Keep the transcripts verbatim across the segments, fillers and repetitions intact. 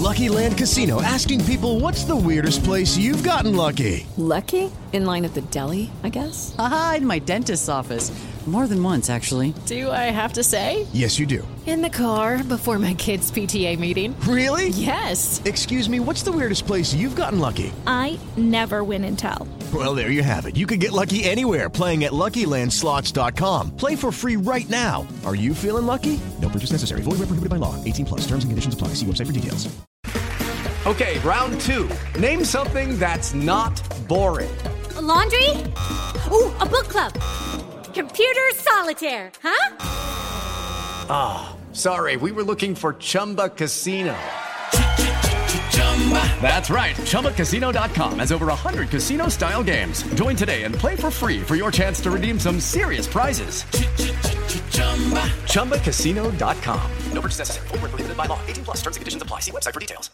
Lucky Land Casino, asking people, what's the weirdest place you've gotten lucky? Lucky? In line at the deli, I guess? Aha, in my dentist's office. More than once, actually. Do I have to say? Yes, you do. In the car before my kids' P T A meeting. Really? Yes. Excuse me, what's the weirdest place you've gotten lucky? I never win and tell. Well, there you have it. You can get lucky anywhere, playing at Lucky Land Slots dot com. Play for free right now. Are you feeling lucky? No purchase necessary. Void where prohibited by law. eighteen plus. Terms and conditions apply. See website for details. Okay, round two. Name something that's not boring. A laundry? Ooh, a book club. Computer solitaire, huh? Ah, oh, sorry. We were looking for Chumba Casino. That's right. Chumba Casino dot com has over one hundred casino-style games. Join today and play for free for your chance to redeem some serious prizes. Chumba Casino dot com. No purchase necessary. Void where prohibited by law. eighteen plus. Terms and conditions apply. See website for details.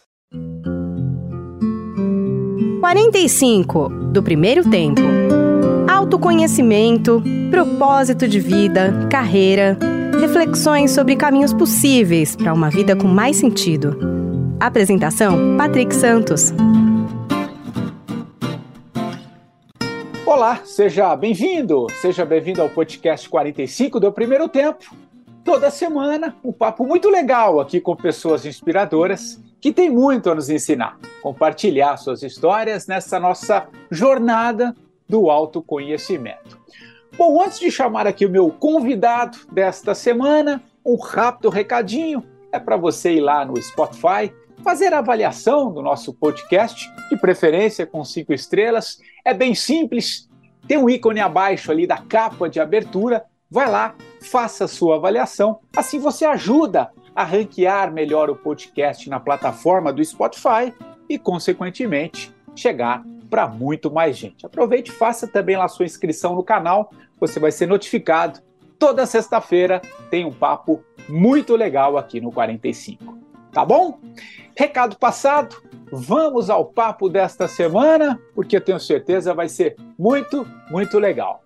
quarenta e cinco do primeiro tempo. Autoconhecimento, propósito de vida, carreira, reflexões sobre caminhos possíveis para uma vida com mais sentido. Apresentação: Patrick Santos. Olá, seja bem-vindo, seja bem-vindo ao podcast quarenta e cinco do Primeiro Tempo. Toda semana, um papo muito legal aqui com pessoas inspiradoras que têm muito a nos ensinar. Compartilhar suas histórias nessa nossa jornada do autoconhecimento. Bom, antes de chamar aqui o meu convidado desta semana, um rápido recadinho é para você ir lá no Spotify, fazer a avaliação do nosso podcast, de preferência com cinco estrelas. É bem simples, tem um ícone abaixo ali da capa de abertura, vai lá, faça a sua avaliação, assim você ajuda a ranquear melhor o podcast na plataforma do Spotify e, consequentemente, chegar para muito mais gente. Aproveite e faça também lá a sua inscrição no canal, você vai ser notificado. Toda sexta-feira tem um papo muito legal aqui no quarenta e cinco. Tá bom? Recado passado, vamos ao papo desta semana, porque eu tenho certeza vai ser muito, muito legal.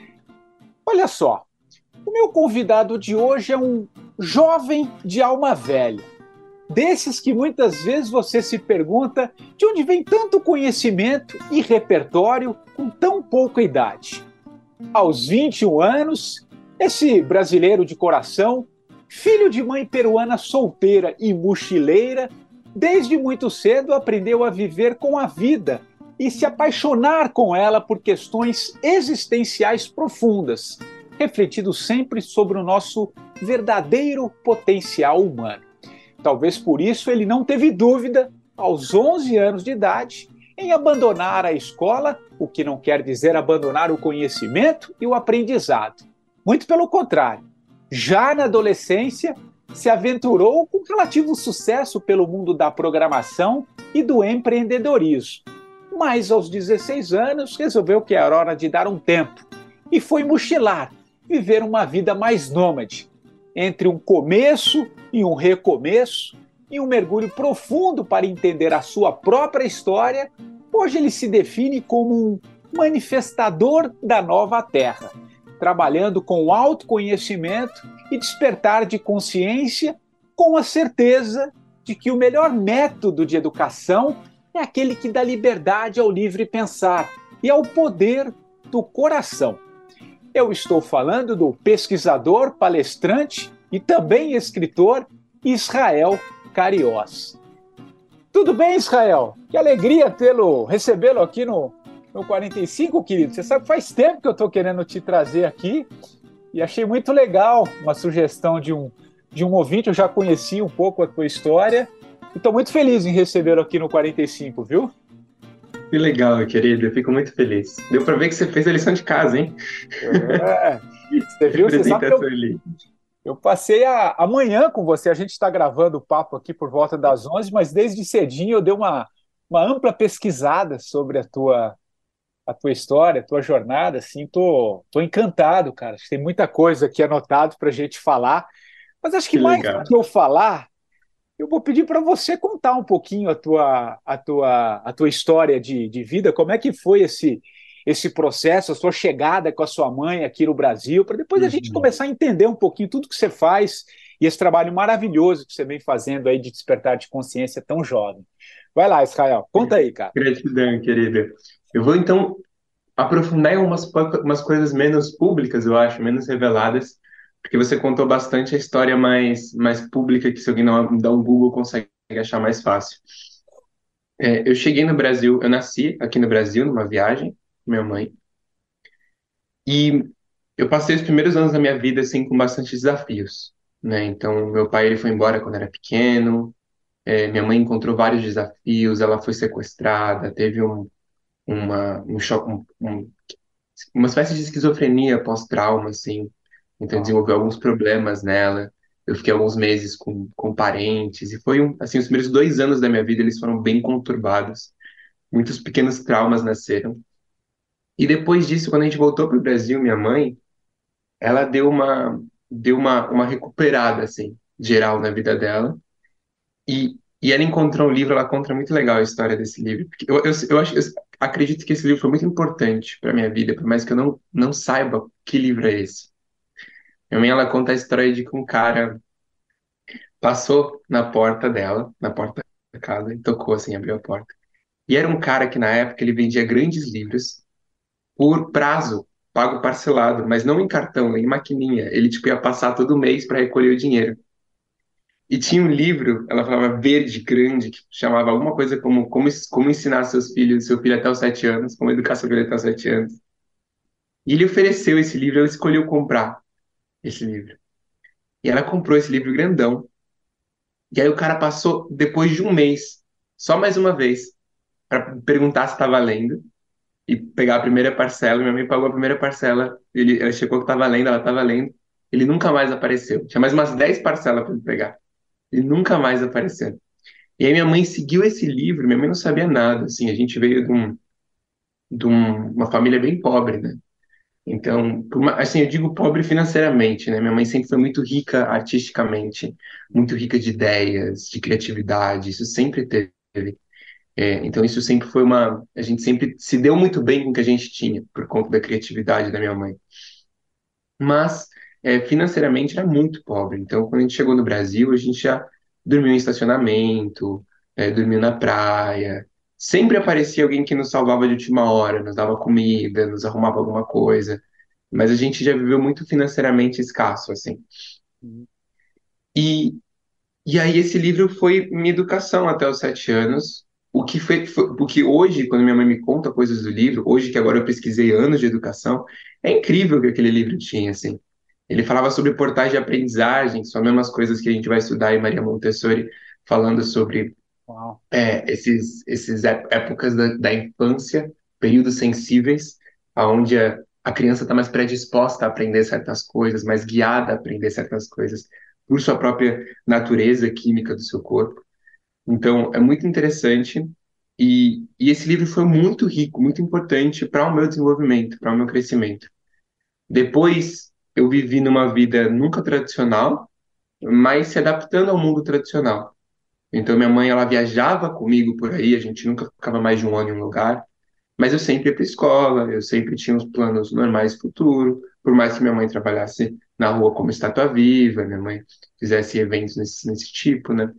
Olha só, o meu convidado de hoje é um jovem de alma velha, desses que muitas vezes você se pergunta de onde vem tanto conhecimento e repertório com tão pouca idade. Aos vinte e um anos, esse brasileiro de coração, filho de mãe peruana solteira e mochileira, desde muito cedo aprendeu a viver com a vida e se apaixonar com ela por questões existenciais profundas, refletindo sempre sobre o nosso verdadeiro potencial humano. Talvez por isso ele não teve dúvida, aos onze anos de idade, em abandonar a escola, o que não quer dizer abandonar o conhecimento e o aprendizado. Muito pelo contrário, já na adolescência, se aventurou com relativo sucesso pelo mundo da programação e do empreendedorismo. Mas aos dezesseis anos resolveu que era hora de dar um tempo e foi mochilar, viver uma vida mais nômade, entre um começo e um recomeço, e um mergulho profundo para entender a sua própria história. Hoje ele se define como um manifestador da nova terra, trabalhando com autoconhecimento e despertar de consciência, com a certeza de que o melhor método de educação é aquele que dá liberdade ao livre pensar e ao poder do coração. Eu estou falando do pesquisador, palestrante e também escritor Israel Cariós. Tudo bem, Israel? Que alegria tê-lo, recebê-lo aqui no, no quarenta e cinco, querido. Você sabe que faz tempo que eu estou querendo te trazer aqui e achei muito legal uma sugestão de um, de um ouvinte. Eu já conheci um pouco a tua história e estou muito feliz em recebê-lo aqui no quarenta e cinco, viu? Que legal, meu querido. Eu fico muito feliz. Deu para ver que você fez a lição de casa, hein? É, você viu? Você sabe que eu, eu passei a, a manhã com você. A gente está gravando o papo aqui por volta das onze, mas desde cedinho eu dei uma, uma ampla pesquisada sobre a tua, a tua história, a tua jornada. Assim, tô, tô encantado, cara. Tem muita coisa aqui anotado para a gente falar. Mas acho que, que mais do que eu falar, eu vou pedir para você contar um pouquinho a tua, a tua, a tua história de, de vida, como é que foi esse, esse processo, a sua chegada com a sua mãe aqui no Brasil, para depois a gente começar a entender um pouquinho tudo que você faz e esse trabalho maravilhoso que você vem fazendo aí de despertar de consciência tão jovem. Vai lá, Israel, conta aí, cara. Gratidão, querida. Eu vou então aprofundar em umas, po- umas coisas menos públicas, eu acho, menos reveladas, porque você contou bastante a história mais, mais pública, que se alguém não dá um Google consegue achar mais fácil. É, eu cheguei no Brasil, eu nasci aqui no Brasil, numa viagem, com minha mãe, e eu passei os primeiros anos da minha vida, assim, com bastante desafios, né? Então, meu pai, ele foi embora quando era pequeno, é, minha mãe encontrou vários desafios, ela foi sequestrada, teve um, uma, um choque, um, um uma espécie de esquizofrenia pós-trauma, assim. Então, Uau. desenvolveu alguns problemas nela. Eu fiquei alguns meses com, com parentes. E foi um, assim, os primeiros dois anos da minha vida, eles foram bem conturbados. Muitos pequenos traumas nasceram. E depois disso, quando a gente voltou para o Brasil, minha mãe, ela deu uma, deu uma, uma recuperada, assim, geral na vida dela. E, e ela encontrou um livro, ela conta muito legal a história desse livro. Porque eu, eu, eu, acho, eu acredito que esse livro foi muito importante para minha vida, por mais que eu não, não saiba que livro é esse. Minha mãe, ela conta a história de que um cara passou na porta dela, na porta da casa, e tocou assim, abriu a porta. E era um cara que na época ele vendia grandes livros por prazo, pago parcelado, mas não em cartão, nem em maquininha. Ele tipo ia passar todo mês para recolher o dinheiro. E tinha um livro, ela falava verde, grande, que chamava alguma coisa como como, como ensinar seus filhos, seu filho até os sete anos, como educar seu filho até os sete anos. E ele ofereceu esse livro, ela escolheu comprar esse livro. E ela comprou esse livro grandão. E aí o cara passou, depois de um mês, só mais uma vez, para perguntar se estava lendo e pegar a primeira parcela. Minha mãe pagou a primeira parcela, ele, ela checou que estava lendo, ela estava lendo. Ele nunca mais apareceu. Tinha mais umas dez parcelas para ele pegar. Ele nunca mais apareceu. E aí minha mãe seguiu esse livro, minha mãe não sabia nada, assim, a gente veio de, um, de um- uma família bem pobre, né? Então, por ma- assim, eu digo pobre financeiramente, né? Minha mãe sempre foi muito rica artisticamente, muito rica de ideias, de criatividade, isso sempre teve. É, então, isso sempre foi uma. A gente sempre se deu muito bem com o que a gente tinha, por conta da criatividade da minha mãe. Mas, é, financeiramente, era muito pobre. Então, quando a gente chegou no Brasil, a gente já dormiu em estacionamento, é, dormiu na praia. Sempre aparecia alguém que nos salvava de última hora, nos dava comida, nos arrumava alguma coisa. Mas a gente já viveu muito financeiramente escasso, assim. E, e aí esse livro foi minha educação até os sete anos. O que foi, foi, porque hoje, quando minha mãe me conta coisas do livro, hoje que agora eu pesquisei anos de educação, é incrível o que aquele livro tinha, assim. Ele falava sobre portais de aprendizagem, são as mesmas coisas que a gente vai estudar em Maria Montessori, falando sobre Uau. é, esses, esses ép- épocas da, da infância, períodos sensíveis, onde a, a criança está mais predisposta a aprender certas coisas, mais guiada a aprender certas coisas por sua própria natureza química do seu corpo. Então, é muito interessante e, e esse livro foi muito rico, muito importante para o meu desenvolvimento, para o meu crescimento. Depois, eu vivi numa vida nunca tradicional, mas se adaptando ao mundo tradicional. Então, minha mãe, ela viajava comigo por aí, a gente nunca ficava mais de um ano em um lugar, mas eu sempre ia para escola, eu sempre tinha os planos normais do futuro, por mais que minha mãe trabalhasse na rua como estátua viva, minha mãe fizesse eventos nesse, nesse tipo, né?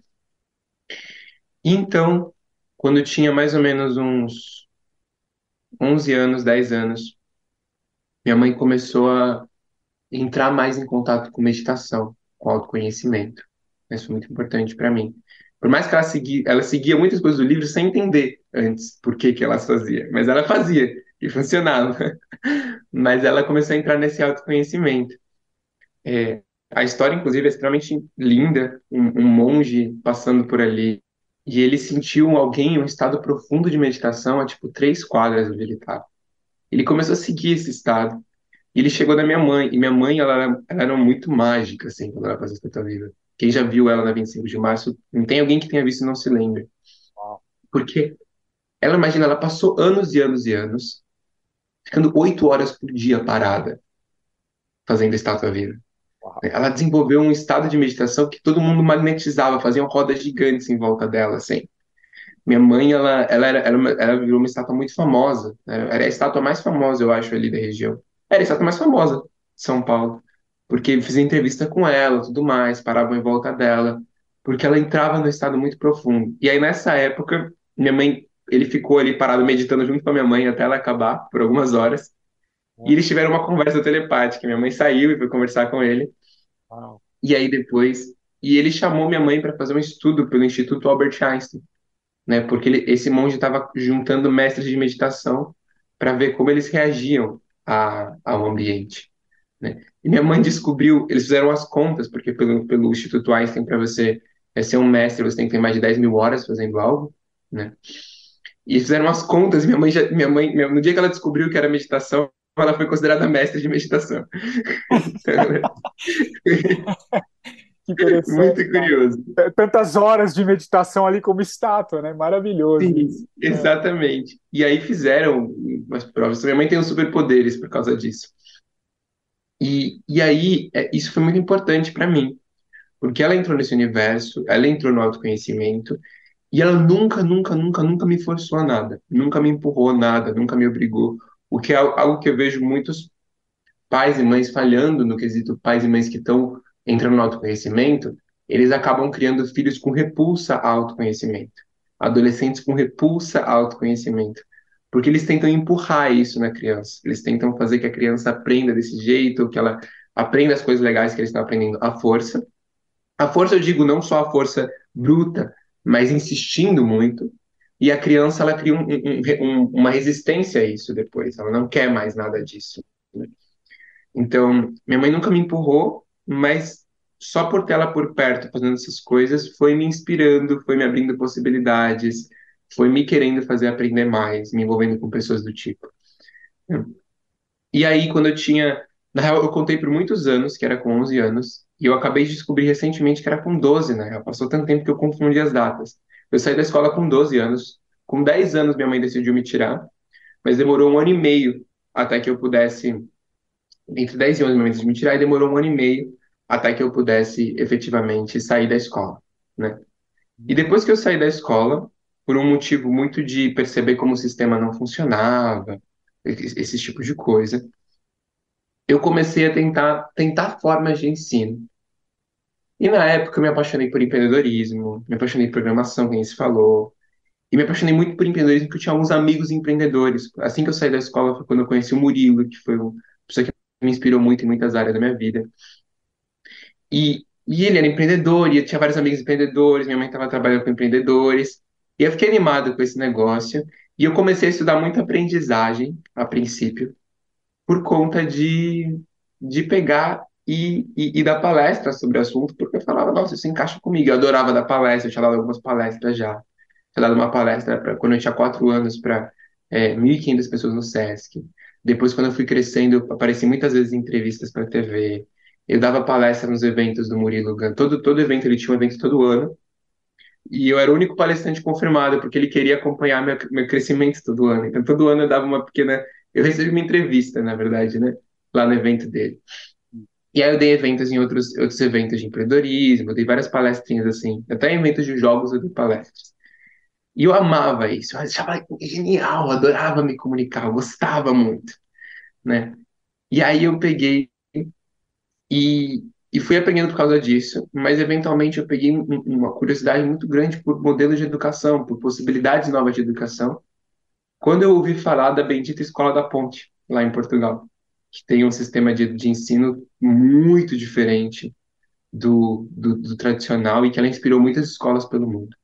Então, quando eu tinha mais ou menos uns onze anos, dez anos, minha mãe começou a entrar mais em contato com meditação, com autoconhecimento. Isso foi muito importante para mim. Por mais que ela seguia, ela seguia muitas coisas do livro sem entender antes por que que ela fazia, mas ela fazia e funcionava. Mas ela começou a entrar nesse autoconhecimento. É, a história, inclusive, é extremamente linda. Um, um monge passando por ali e ele sentiu alguém em um estado profundo de meditação a tipo três quadras onde ele estava. Ele começou a seguir esse estado. E ele chegou na minha mãe, e minha mãe, ela, era- ela era muito mágica, assim, quando ela fazia Estátua Viva. Quem já viu ela na vinte e cinco de março, não tem alguém que tenha visto e não se lembre. Porque ela, imagina, ela passou anos e anos e anos, ficando oito horas por dia parada, fazendo Estátua Viva. Ela desenvolveu um estado de meditação que todo mundo magnetizava, faziam rodas gigantes em volta dela, assim. Minha mãe, ela, ela, era, ela, ela virou uma estátua muito famosa, né? Era a estátua mais famosa, eu acho, ali da região. Era a estátua mais famosa de São Paulo. porque fiz entrevista com ela, tudo mais, paravam em volta dela, porque ela entrava num estado muito profundo. E aí nessa época, minha mãe, ele ficou ali parado meditando junto com a minha mãe até ela acabar por algumas horas. E eles tiveram uma conversa telepática. Minha mãe saiu e foi conversar com ele. Uau. E aí depois, e ele chamou minha mãe para fazer um estudo pelo Instituto Albert Einstein, né? Porque ele, esse monge estava juntando mestres de meditação para ver como eles reagiam a, ao ambiente, né? E minha mãe descobriu, eles fizeram as contas, porque pelo, pelo Instituto Einstein, para você é, ser um mestre, você tem que ter mais de dez mil horas fazendo algo, né? E fizeram as contas, minha mãe, já, minha mãe, no dia que ela descobriu que era meditação, ela foi considerada mestre de meditação. Então, Que interessante, muito cara. curioso. Tantas horas de meditação ali como estátua, né? Maravilhoso isso. Sim, exatamente. E aí fizeram umas provas. Minha mãe tem uns superpoderes por causa disso. E, e aí, é, isso foi muito importante para mim, porque ela entrou nesse universo, ela entrou no autoconhecimento, e ela nunca, nunca, nunca, nunca me forçou a nada, nunca me empurrou a nada, nunca me obrigou, o que é algo que eu vejo muitos pais e mães falhando no quesito pais e mães que estão entrando no autoconhecimento, eles acabam criando filhos com repulsa a autoconhecimento, adolescentes com repulsa a autoconhecimento, porque eles tentam empurrar isso na criança, eles tentam fazer que a criança aprenda desse jeito, que ela aprenda as coisas legais que eles estão aprendendo à força. A força, eu digo, não só a força bruta, mas insistindo muito, e a criança ela cria um, um, um, uma resistência a isso depois, ela não quer mais nada disso, né? Então, minha mãe nunca me empurrou, mas só por ter ela por perto fazendo essas coisas foi me inspirando, foi me abrindo possibilidades, foi me querendo fazer aprender mais, me envolvendo com pessoas do tipo. E aí, quando eu tinha. Na real, eu contei por muitos anos que era com onze anos, e eu acabei de descobrir recentemente que era com doze, na real. Passou tanto tempo que eu confundi as datas. Eu saí da escola com doze anos. Com dez anos, minha mãe decidiu me tirar, mas demorou um ano e meio até que eu pudesse entre dez e onze momentos de me tirar, e demorou um ano e meio até que eu pudesse efetivamente sair da escola, né? E depois que eu saí da escola, por um motivo muito de perceber como o sistema não funcionava, esse esse tipo de coisa, eu comecei a tentar, tentar formas de ensino. E na época eu me apaixonei por empreendedorismo, me apaixonei por programação, como se falou, e me apaixonei muito por empreendedorismo porque eu tinha alguns amigos empreendedores. Assim que eu saí da escola foi quando eu conheci o Murilo, que foi uma pessoa que me inspirou muito em muitas áreas da minha vida. E, e ele era empreendedor, e eu tinha vários amigos empreendedores, minha mãe estava trabalhando com empreendedores, e eu fiquei animado com esse negócio, e eu comecei a estudar muita aprendizagem, a princípio, por conta de, de pegar e, e, e dar palestras sobre o assunto, porque eu falava, nossa, isso encaixa comigo, eu adorava dar palestra, eu tinha dado algumas palestras já, tinha dado uma palestra pra, quando eu tinha quatro anos para é, mil e quinhentas pessoas no Sesc. Depois, quando eu fui crescendo, eu apareci muitas vezes em entrevistas para T V. Eu dava palestra nos eventos do Murilo Gun. Todo, todo evento, ele tinha um evento todo ano. E eu era o único palestrante confirmado, porque ele queria acompanhar meu, meu crescimento todo ano. Então, todo ano eu dava uma pequena. Eu recebi uma entrevista, na verdade, né? Lá no evento dele. E aí eu dei eventos em outros, outros eventos de empreendedorismo, eu dei várias palestrinhas assim. Até em eventos de jogos eu dei palestras. E eu amava isso, eu achava genial, eu adorava me comunicar, eu gostava muito, né? E aí eu peguei e, e fui aprendendo por causa disso, mas eventualmente eu peguei um- uma curiosidade muito grande por modelos de educação, por possibilidades novas de educação, quando eu ouvi falar da bendita Escola da Ponte, lá em Portugal, que tem um sistema de, de ensino muito diferente do, do, do tradicional e que ela inspirou muitas escolas pelo mundo.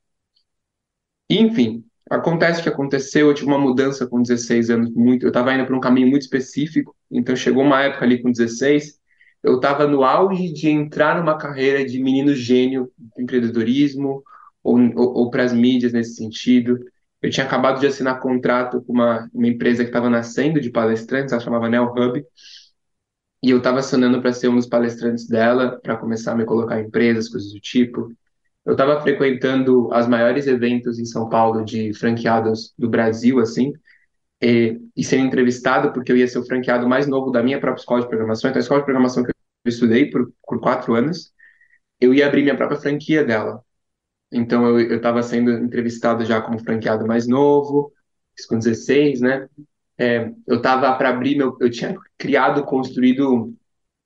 Enfim, acontece o que aconteceu, eu tive uma mudança com dezesseis anos, muito, eu estava indo para um caminho muito específico, então chegou uma época ali com dezesseis, eu estava no auge de entrar numa carreira de menino gênio, de empreendedorismo, ou, ou, ou para as mídias nesse sentido. Eu tinha acabado de assinar contrato com uma, uma empresa que estava nascendo de palestrantes, ela chamava Neo Hub, e eu estava assinando para ser um dos palestrantes dela, para começar a me colocar em empresas, coisas do tipo. Eu estava frequentando os maiores eventos em São Paulo de franqueados do Brasil, assim, e, e sendo entrevistado, porque eu ia ser o franqueado mais novo da minha própria escola de programação. Então, a escola de programação que eu estudei por, por quatro anos, eu ia abrir minha própria franquia dela. Então, eu estava sendo entrevistado já como franqueado mais novo, isso com dezesseis, né? É, eu estava para abrir meu. Eu tinha criado, construído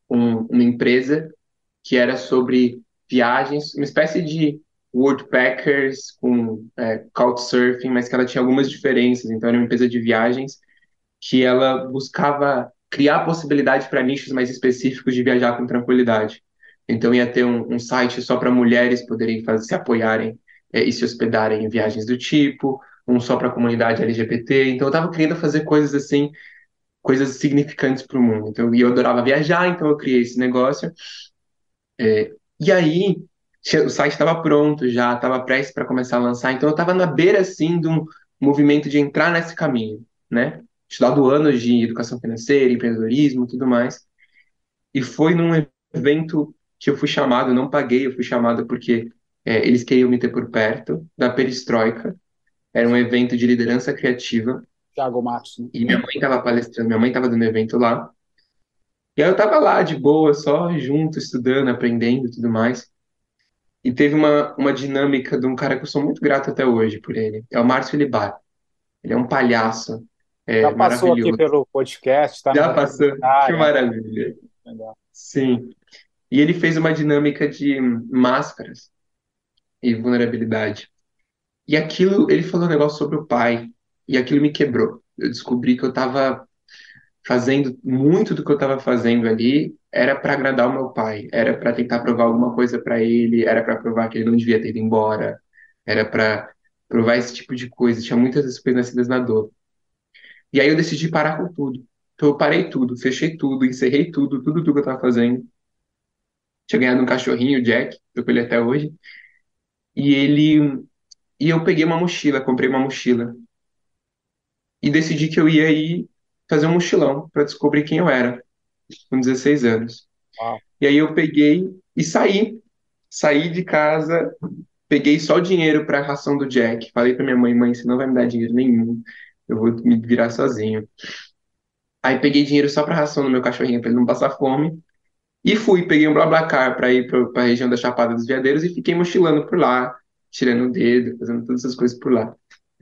um- uma empresa que era sobre viagens, uma espécie de Worldpackers com é, Couchsurfing, mas que ela tinha algumas diferenças. Então, era uma empresa de viagens que ela buscava criar possibilidades para nichos mais específicos de viajar com tranquilidade. Então, ia ter um, um site só para mulheres poderem fazer, se apoiarem é, e se hospedarem em viagens do tipo, um só para a comunidade L G B T. Então, eu estava querendo fazer coisas assim, coisas significantes para o mundo. Então, e eu adorava viajar, então eu criei esse negócio. É, e aí, tinha- o site estava pronto já, estava prestes para começar a lançar, então eu estava na beira, assim, de um movimento de entrar nesse caminho, né? Estudado anos de educação financeira, empreendedorismo, tudo mais. E foi num evento que eu fui chamado, eu não paguei, eu fui chamado porque é, eles queriam me ter por perto, da Perestroika. Era um evento de liderança criativa, Thiago Matos, né? e minha mãe estava palestrando, minha mãe estava dando evento lá. E aí eu estava lá, de boa, só junto, estudando, aprendendo e tudo mais. E teve uma, uma dinâmica de um cara que eu sou muito grato até hoje por ele. É o Márcio Libar. Ele é um palhaço, Já é, passou aqui maravilhoso. pelo podcast, está no Já passou. Que documentário, né? maravilha. Sim. E ele fez uma dinâmica de máscaras e vulnerabilidade. E aquilo, ele falou um negócio sobre o pai. E aquilo me quebrou. Eu descobri que eu estava fazendo muito do que eu estava fazendo ali era para agradar o meu pai, era para tentar provar alguma coisa para ele, era para provar que ele não devia ter ido embora, era para provar esse tipo de coisa. Tinha muitas dessas coisas nascidas na dor. E aí eu decidi parar com tudo. Então eu parei tudo, fechei tudo, encerrei tudo, tudo, tudo que eu estava fazendo. Tinha ganhado um cachorrinho, o Jack, tô com ele até hoje. E ele e eu peguei uma mochila, comprei uma mochila e decidi que eu ia ir fazer um mochilão para descobrir quem eu era com dezesseis anos. Uau. E aí eu peguei e saí. Saí de casa, peguei só o dinheiro para a ração do Jack. Falei para minha mãe, mãe, você não vai me dar dinheiro nenhum. Eu vou me virar sozinho. Aí peguei dinheiro só para a ração do meu cachorrinho para ele não passar fome. E fui, peguei um BlaBlaCar para ir para a região da Chapada dos Veadeiros e fiquei mochilando por lá, tirando o dedo, fazendo todas essas coisas por lá.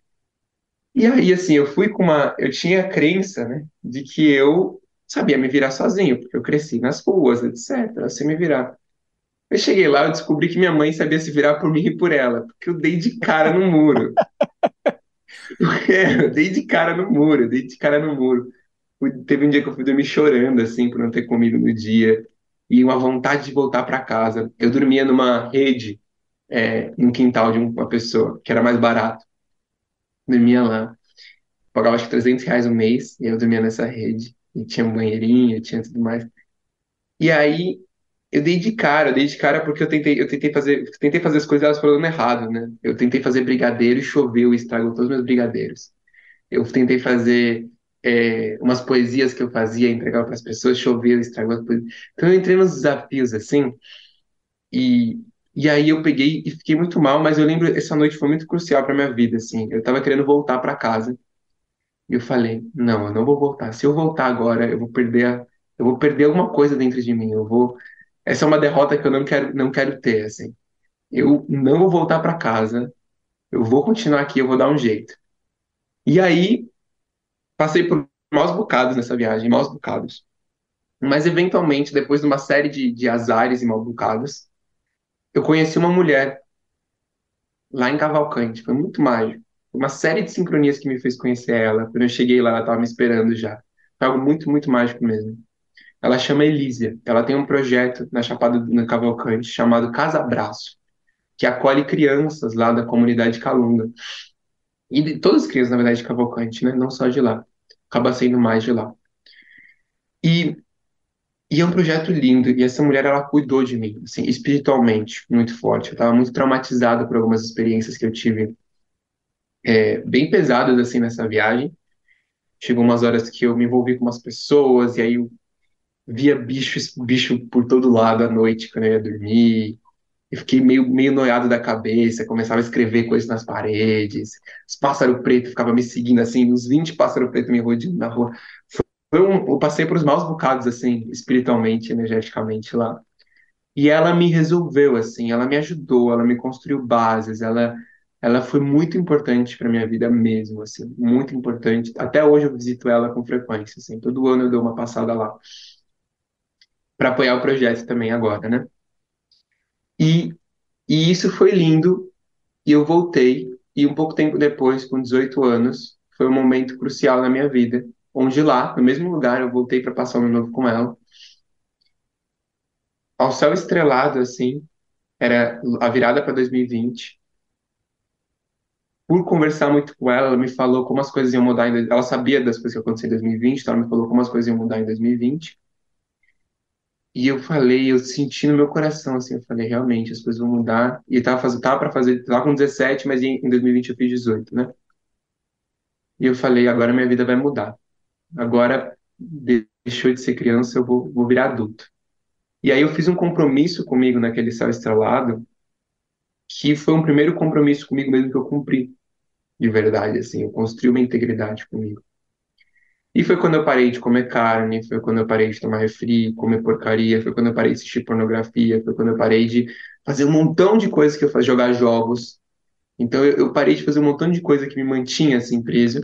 E aí, assim, eu fui com uma. Eu tinha a crença, né, de que eu sabia me virar sozinho, porque eu cresci nas ruas, etcétera. Eu sei me virar. Eu cheguei lá, eu descobri que minha mãe sabia se virar por mim e por ela, porque eu dei de cara no muro. Eu dei de cara no muro, eu dei de cara no muro. Fui- Teve um dia que eu fui dormir chorando, assim, por não ter comido no dia, e uma vontade de voltar para casa. Eu dormia numa rede, é, no quintal de uma pessoa, que era mais barato. Dormia lá, pagava acho que trezentos reais o mês, e eu dormia nessa rede, e tinha um banheirinho, tinha tudo mais. E aí eu dei de cara, eu dei de cara porque eu tentei, eu tentei fazer, tentei fazer as coisas e elas foram dando errado, né? Eu tentei fazer brigadeiro e choveu e estragou todos os meus brigadeiros. Eu tentei fazer é, umas poesias que eu fazia, entregava para as pessoas, choveu e estragou as poesias. Então eu entrei nos desafios assim e e aí eu peguei e fiquei muito mal, mas eu lembro essa noite foi muito crucial para minha vida, assim. Eu tava querendo voltar para casa e eu falei, não, eu não vou voltar. Se eu voltar agora, eu vou perder, a- eu vou perder alguma coisa dentro de mim. Eu vou, essa é uma derrota que eu não quero, não quero ter, assim. Eu não vou voltar para casa. Eu vou continuar aqui, eu vou dar um jeito. E aí passei por maus bocados nessa viagem, maus bocados. Mas eventualmente, depois de uma série de, de azares e maus bocados, eu conheci uma mulher lá em Cavalcante. Foi muito mágico. Uma série de sincronias que me fez conhecer ela. Quando eu cheguei lá, ela estava me esperando já. Foi algo muito, muito mágico mesmo. Ela chama Elísia. Ela tem um projeto na Chapada do Cavalcante chamado Casa Abraço, que acolhe crianças lá da comunidade Calunga. E de, todas as crianças, na verdade, de Cavalcante, né? Não só de lá. Acaba sendo mais de lá. E, e é um projeto lindo. E essa mulher, ela cuidou de mim, assim, espiritualmente, muito forte. Eu estava muito traumatizado por algumas experiências que eu tive, é, bem pesadas, assim, nessa viagem. Chegou umas horas que eu me envolvi com umas pessoas, e aí eu via bicho, bicho por todo lado à noite, quando eu ia dormir. Eu fiquei meio, meio noiado da cabeça, começava a escrever coisas nas paredes. Os pássaros pretos ficavam me seguindo assim, uns vinte pássaros pretos me rodeando na rua. Foi um, eu passei por os maus bocados, assim, espiritualmente, energeticamente lá. E ela me resolveu, assim, ela me ajudou, ela me construiu bases, ela, ela foi muito importante para minha vida mesmo, assim, muito importante. Até hoje eu visito ela com frequência, assim, todo ano eu dou uma passada lá. para apoiar o projeto também agora, né? E, e isso foi lindo, e eu voltei, e um pouco tempo depois, com dezoito anos, foi um momento crucial na minha vida, onde lá, no mesmo lugar, eu voltei para passar o ano novo com ela, ao céu estrelado, assim, era a virada para dois mil e vinte. Por conversar muito com ela, ela me falou como as coisas iam mudar. Em, ela sabia das coisas que aconteceram em dois mil e vinte, então ela me falou como as coisas iam mudar em dois mil e vinte. E eu falei, eu senti no meu coração, assim, eu falei, realmente, as coisas vão mudar. E eu tava, faz... tava para fazer, tava com dezessete, mas em, em dois mil e vinte eu fiz dezoito, né? E eu falei, agora minha vida vai mudar. Agora deixou de ser criança, eu vou, vou virar adulto. E aí eu fiz um compromisso comigo naquele céu estrelado, que foi um primeiro compromisso comigo mesmo que eu cumpri, de verdade, assim, eu construí uma integridade comigo. E foi quando eu parei de comer carne, foi quando eu parei de tomar refri, comer porcaria, foi quando eu parei de assistir pornografia, foi quando eu parei de fazer um montão de coisas que eu fazia, jogar jogos. Então eu, eu parei de fazer um montão de coisa que me mantinha assim preso.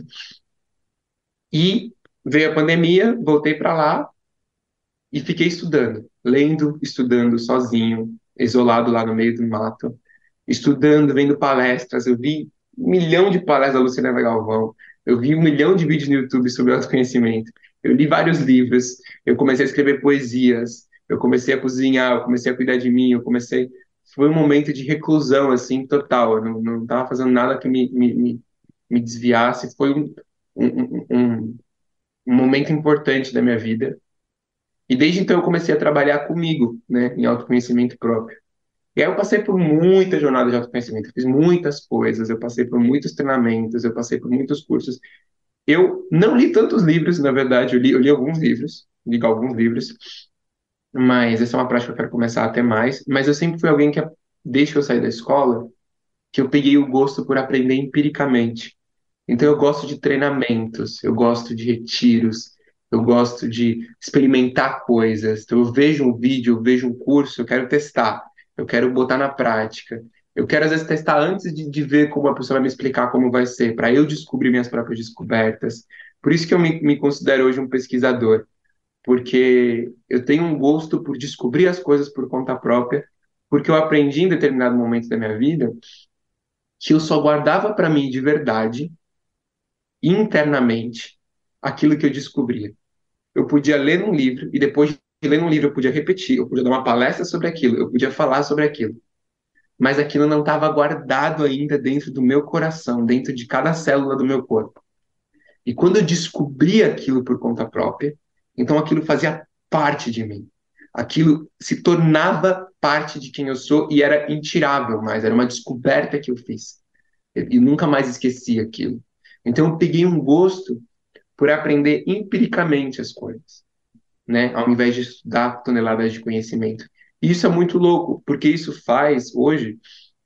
E veio a pandemia, voltei para lá e fiquei estudando, lendo, estudando sozinho, isolado lá no meio do mato, estudando, vendo palestras. Eu vi um milhão de palestras da Luciana Galvão, eu vi um milhão de vídeos no YouTube sobre autoconhecimento, eu li vários livros, eu comecei a escrever poesias, eu comecei a cozinhar, eu comecei a cuidar de mim, eu comecei... Foi um momento de reclusão, assim, total. Eu não, não estava fazendo nada que me, me, me, me desviasse. Foi um, um, um, um momento importante da minha vida. E desde então eu comecei a trabalhar comigo, né, em autoconhecimento próprio. E aí eu passei por muita jornada de autoconhecimento, eu fiz muitas coisas, eu passei por muitos treinamentos, eu passei por muitos cursos. Eu não li tantos livros, na verdade, eu li, eu li alguns livros, li alguns livros, mas essa é uma prática que eu quero começar a ter mais. Mas eu sempre fui alguém que, desde que eu saí da escola, que eu peguei o gosto por aprender empiricamente. Então eu gosto de treinamentos, eu gosto de retiros, eu gosto de experimentar coisas. Então eu vejo um vídeo, eu vejo um curso, eu quero testar, eu quero botar na prática. Eu quero às vezes testar antes de, de ver como a pessoa vai me explicar como vai ser, para eu descobrir minhas próprias descobertas. Por isso que eu me, me considero hoje um pesquisador, porque eu tenho um gosto por descobrir as coisas por conta própria, porque eu aprendi em determinado momento da minha vida que eu só guardava para mim de verdade internamente aquilo que eu descobria. Eu podia ler um livro e depois de ler um livro eu podia repetir, eu podia dar uma palestra sobre aquilo, eu podia falar sobre aquilo. Mas aquilo não estava guardado ainda dentro do meu coração, dentro de cada célula do meu corpo. E quando eu descobri aquilo por conta própria, então aquilo fazia parte de mim. Aquilo se tornava parte de quem eu sou e era intirável mais, era uma descoberta que eu fiz. E nunca mais esqueci aquilo. Então eu peguei um gosto por aprender empiricamente as coisas, né? Ao invés de estudar toneladas de conhecimento. E isso é muito louco, porque isso faz hoje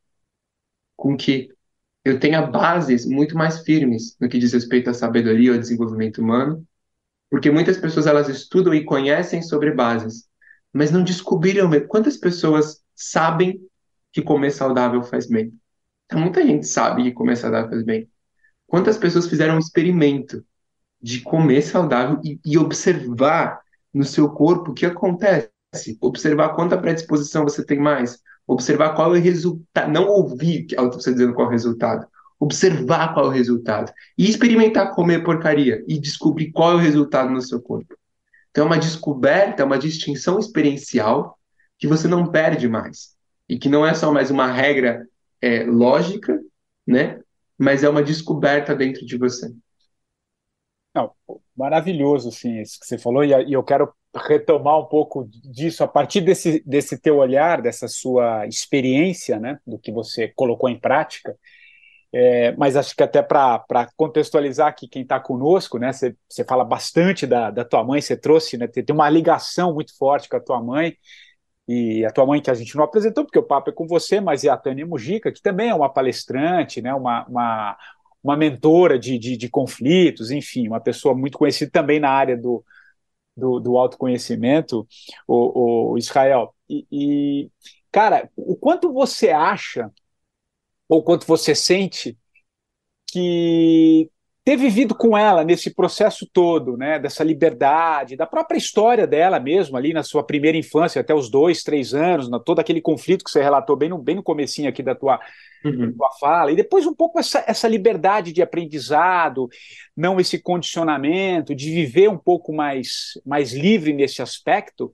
com que eu tenha bases muito mais firmes no que diz respeito à sabedoria ou desenvolvimento humano, porque muitas pessoas elas estudam e conhecem sobre bases, mas não descobriram mesmo. Quantas pessoas sabem que comer saudável faz bem? Então, muita gente sabe que comer saudável faz bem. Quantas pessoas fizeram um experimento de comer saudável e, e observar no seu corpo o que acontece? Observar quanta predisposição você tem mais. Observar qual é o resultado. Não ouvir você dizendo qual é o resultado. Observar qual é o resultado. E experimentar comer porcaria. E descobrir qual é o resultado no seu corpo. Então é uma descoberta, é uma distinção experiencial que você não perde mais. E que não é só mais uma regra é, lógica, né? Mas é uma descoberta dentro de você. Não, maravilhoso, sim, isso que você falou, e, e eu quero retomar um pouco disso a partir desse, desse teu olhar, dessa sua experiência, né, do que você colocou em prática, é, mas acho que até para contextualizar aqui quem está conosco, né, você, você fala bastante da, da tua mãe, você trouxe, né, tem, tem uma ligação muito forte com a tua mãe, e a tua mãe que a gente não apresentou, porque o papo é com você, mas é a Tânia Mujica, que também é uma palestrante, né, uma... uma uma mentora de, de, de conflitos, enfim, uma pessoa muito conhecida também na área do, do, do autoconhecimento, o, o Israel. E, e, cara, o quanto você acha, ou quanto você sente, que ter vivido com ela nesse processo todo, né, dessa liberdade, da própria história dela mesmo, ali na sua primeira infância, até os dois, três anos, na, todo aquele conflito que você relatou bem no, bem no comecinho aqui da tua, Uhum. da tua fala, e depois um pouco essa, essa liberdade de aprendizado, não esse condicionamento, de viver um pouco mais, mais livre nesse aspecto,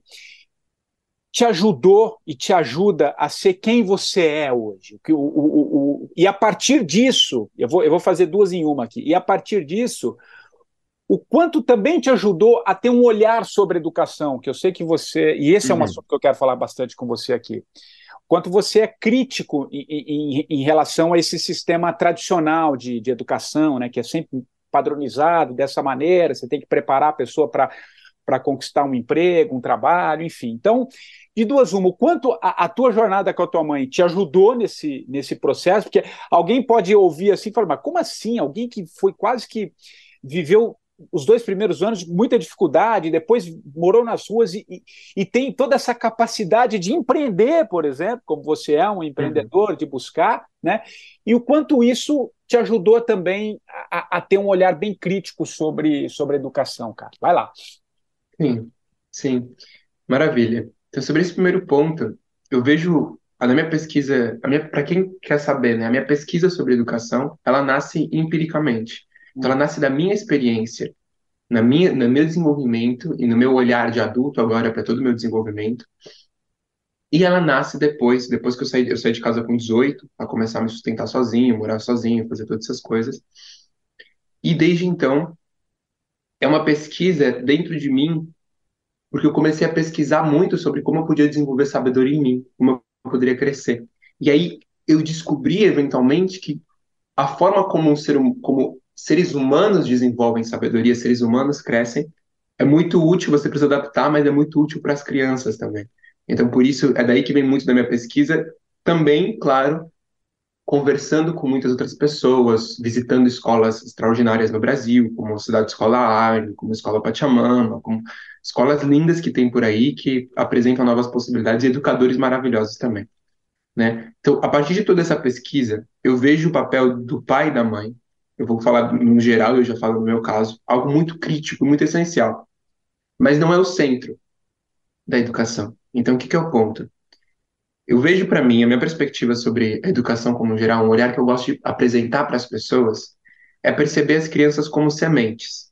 te ajudou e te ajuda a ser quem você é hoje. O, o, o, o, e a partir disso, eu vou, eu vou fazer duas em uma aqui, e a partir disso, o quanto também te ajudou a ter um olhar sobre a educação, que eu sei que você, e esse uhum. é um assunto que eu quero falar bastante com você aqui, quanto você é crítico em, em, em relação a esse sistema tradicional de, de educação, né, que é sempre padronizado dessa maneira, você tem que preparar a pessoa para para conquistar um emprego, um trabalho, enfim. Então, de duas uma, o quanto a, a tua jornada com a tua mãe te ajudou nesse, nesse processo, porque alguém pode ouvir assim e falar, mas como assim? Alguém que foi quase que viveu os dois primeiros anos de muita dificuldade, depois morou nas ruas e, e, e tem toda essa capacidade de empreender, por exemplo, como você é um empreendedor, uhum. de buscar, né? E o quanto isso te ajudou também a, a ter um olhar bem crítico sobre, sobre a educação, cara. Vai lá. Sim, sim, maravilha. Então, sobre esse primeiro ponto, eu vejo, a minha pesquisa, a minha, para quem quer saber, né, a minha pesquisa sobre educação, ela nasce empiricamente. Então, ela nasce da minha experiência, na minha, no meu desenvolvimento e no meu olhar de adulto agora para todo o meu desenvolvimento. E ela nasce depois, depois que eu saí, eu saí de casa com dezoito, a começar a me sustentar sozinho, morar sozinho, fazer todas essas coisas. E desde então, é uma pesquisa dentro de mim, porque eu comecei a pesquisar muito sobre como eu podia desenvolver sabedoria em mim, como eu poderia crescer. E aí eu descobri, eventualmente, que a forma como, um ser, hum- como seres humanos desenvolvem sabedoria, seres humanos crescem, é muito útil, você precisa adaptar, mas é muito útil para as crianças também. Então, por isso, é daí que vem muito da minha pesquisa, também, claro, conversando com muitas outras pessoas, visitando escolas extraordinárias no Brasil, como a Cidade Escola Arne, como a Escola Pachamama, como escolas lindas que tem por aí, que apresentam novas possibilidades e educadores maravilhosos também, né? Então, a partir de toda essa pesquisa, eu vejo o papel do pai e da mãe, eu vou falar no geral, eu já falo no meu caso, algo muito crítico, muito essencial, mas não é o centro da educação. Então, o que que é o ponto? Eu vejo para mim, a minha perspectiva sobre a educação como geral, um olhar que eu gosto de apresentar para as pessoas, é perceber as crianças como sementes.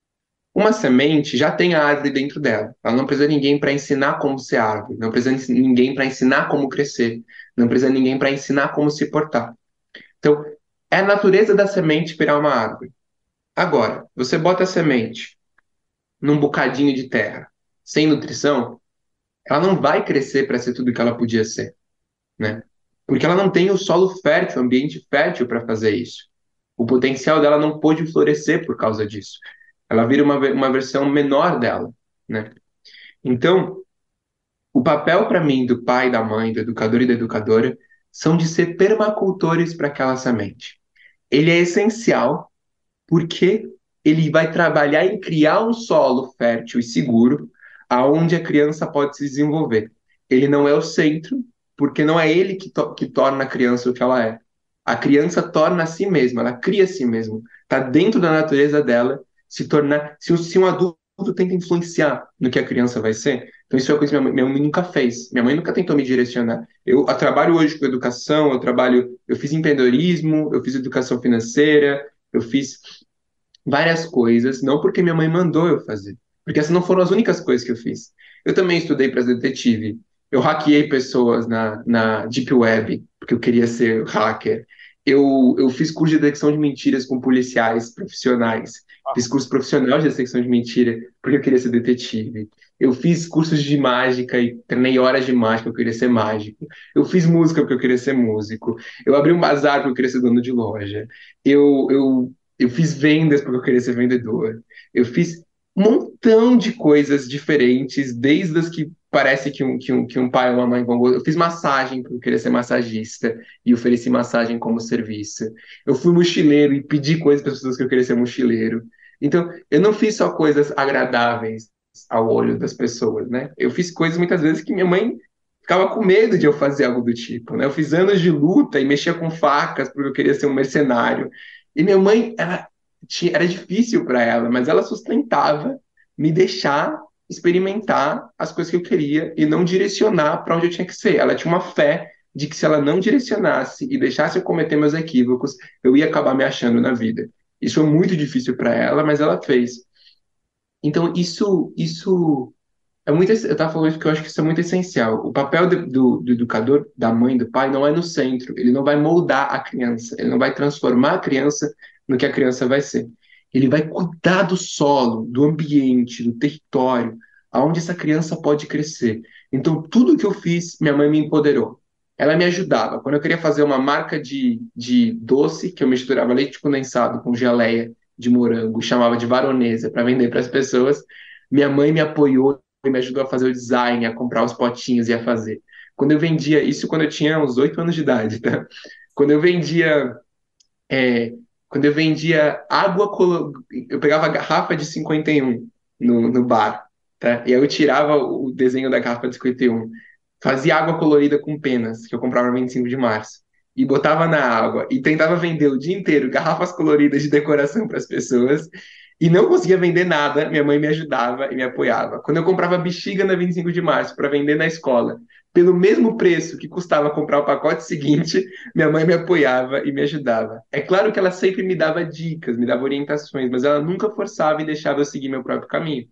Uma semente já tem a árvore dentro dela. Ela não precisa de ninguém para ensinar como ser árvore, não precisa de ninguém para ensinar como crescer, não precisa de ninguém para ensinar como se portar. Então, é a natureza da semente virar uma árvore. Agora, você bota a semente num bocadinho de terra, sem nutrição, ela não vai crescer para ser tudo que ela podia ser, né? Porque ela não tem o solo fértil, o ambiente fértil para fazer isso. O potencial dela não pôde florescer por causa disso. Ela vira uma, ve- uma versão menor dela, né? Então, o papel para mim do pai, da mãe, do educador e da educadora são de ser permacultores para aquela semente. Ele é essencial porque ele vai trabalhar em criar um solo fértil e seguro aonde a criança pode se desenvolver. Ele não é o centro, porque não é ele que, to- que torna a criança o que ela é. A criança torna a si mesma, ela cria a si mesma. Está dentro da natureza dela se tornar. Se, um- se um adulto tenta influenciar no que a criança vai ser, então isso é uma coisa que minha mãe, minha mãe nunca fez. Minha mãe nunca tentou me direcionar. Eu, eu trabalho hoje com educação, eu trabalho, eu fiz empreendedorismo, eu fiz educação financeira, eu fiz várias coisas, não porque minha mãe mandou eu fazer, porque essas não foram as únicas coisas que eu fiz. Eu também estudei para detetive, eu hackeei pessoas na, na Deep Web, porque eu queria ser hacker. Eu, eu fiz curso de detecção de mentiras com policiais profissionais. Fiz curso profissional de detecção de mentira, porque eu queria ser detetive. Eu fiz cursos de mágica e treinei horas de mágica, porque eu queria ser mágico. Eu fiz música, porque eu queria ser músico. Eu abri um bazar, porque eu queria ser dono de loja. Eu, eu eu fiz vendas porque eu queria ser vendedor. Eu fiz um montão de coisas diferentes, desde as que parece que um, que um, que um pai ou uma mãe vão. Eu fiz massagem porque eu queria ser massagista e ofereci massagem como serviço. Eu fui mochileiro e pedi coisas para as pessoas que eu queria ser mochileiro. Então, eu não fiz só coisas agradáveis ao olho das pessoas, né? Eu fiz coisas muitas vezes que minha mãe ficava com medo de eu fazer algo do tipo, né? Eu fiz anos de luta e mexia com facas porque eu queria ser um mercenário. E minha mãe, ela tinha, era difícil para ela, mas ela sustentava me deixar experimentar as coisas que eu queria e não direcionar para onde eu tinha que ser. Ela tinha uma fé de que se ela não direcionasse e deixasse eu cometer meus equívocos, eu ia acabar me achando na vida. Isso foi muito difícil para ela, mas ela fez. Então, isso, isso é muito, eu estava falando isso porque eu acho que isso é muito essencial. O papel do, do, do educador, da mãe, do pai, não é no centro. Ele não vai moldar a criança, ele não vai transformar a criança no que a criança vai ser. Ele vai cuidar do solo, do ambiente, do território, aonde essa criança pode crescer. Então, tudo que eu fiz, minha mãe me empoderou. Ela me ajudava. Quando eu queria fazer uma marca de, de doce, que eu misturava leite condensado com geleia de morango, chamava de baronesa, para vender para as pessoas, minha mãe me apoiou e me ajudou a fazer o design, a comprar os potinhos e a fazer. Quando eu vendia, isso quando eu tinha uns oito anos de idade, tá? Quando eu vendia, é, quando eu vendia água, colo- eu pegava a garrafa de cinquenta e um no, no bar, tá? E aí eu tirava o desenho da garrafa de cinquenta e um, fazia água colorida com penas, que eu comprava no vinte e cinco de março, e botava na água, e tentava vender o dia inteiro garrafas coloridas de decoração para as pessoas, e não conseguia vender nada, minha mãe me ajudava e me apoiava. Quando eu comprava bexiga na vinte e cinco de março para vender na escola, pelo mesmo preço que custava comprar o pacote seguinte, minha mãe me apoiava e me ajudava. É claro que ela sempre me dava dicas, me dava orientações, mas ela nunca forçava e deixava eu seguir meu próprio caminho.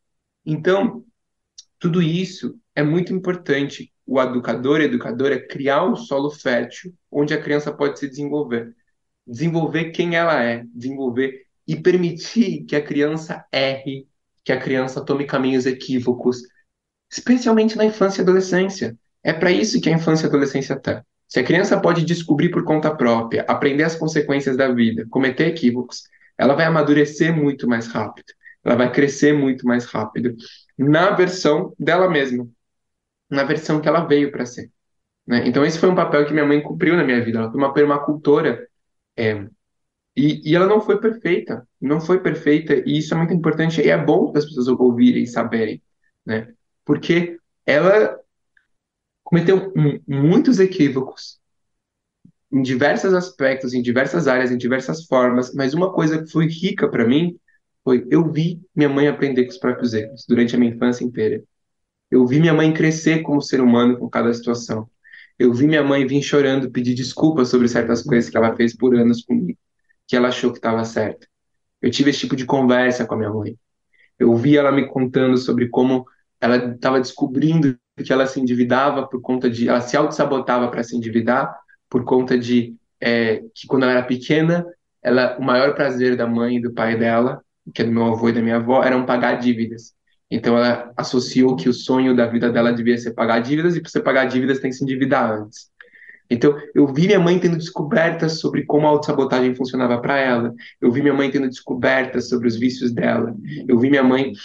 Então, tudo isso é muito importante. O educador e a educadora criar um solo fértil onde a criança pode se desenvolver. Desenvolver quem ela é, desenvolver e permitir que a criança erre, que a criança tome caminhos equívocos, especialmente na infância e adolescência. É para isso que a infância e a adolescência está. Se a criança pode descobrir por conta própria, aprender as consequências da vida, cometer equívocos, ela vai amadurecer muito mais rápido, ela vai crescer muito mais rápido na versão dela mesma, na versão que ela veio para ser, né? Então esse foi um papel que minha mãe cumpriu na minha vida. Ela foi uma permacultora, é, e, e ela não foi perfeita, não foi perfeita, e isso é muito importante, e é bom para as pessoas ouvirem e saberem, né? Porque ela cometeu mu- muitos equívocos em diversos aspectos, em diversas áreas, em diversas formas, mas uma coisa que foi rica para mim foi eu vi minha mãe aprender com os próprios erros durante a minha infância inteira. Eu vi minha mãe crescer como ser humano com cada situação. Eu vi minha mãe vir chorando, pedir desculpas sobre certas coisas que ela fez por anos comigo, que ela achou que estava certo. Eu tive esse tipo de conversa com a minha mãe. Eu ouvi ela me contando sobre como ela estava descobrindo que ela se endividava por conta de... Ela se auto-sabotava para se endividar por conta de é, que quando ela era pequena, ela, o maior prazer da mãe e do pai dela, que é do meu avô e da minha avó, eram pagar dívidas. Então ela associou que o sonho da vida dela devia ser pagar dívidas, e para você pagar dívidas tem que se endividar antes. Então, eu vi minha mãe tendo descobertas sobre como a autossabotagem funcionava para ela. Eu vi minha mãe tendo descobertas sobre os vícios dela. Eu vi minha mãe,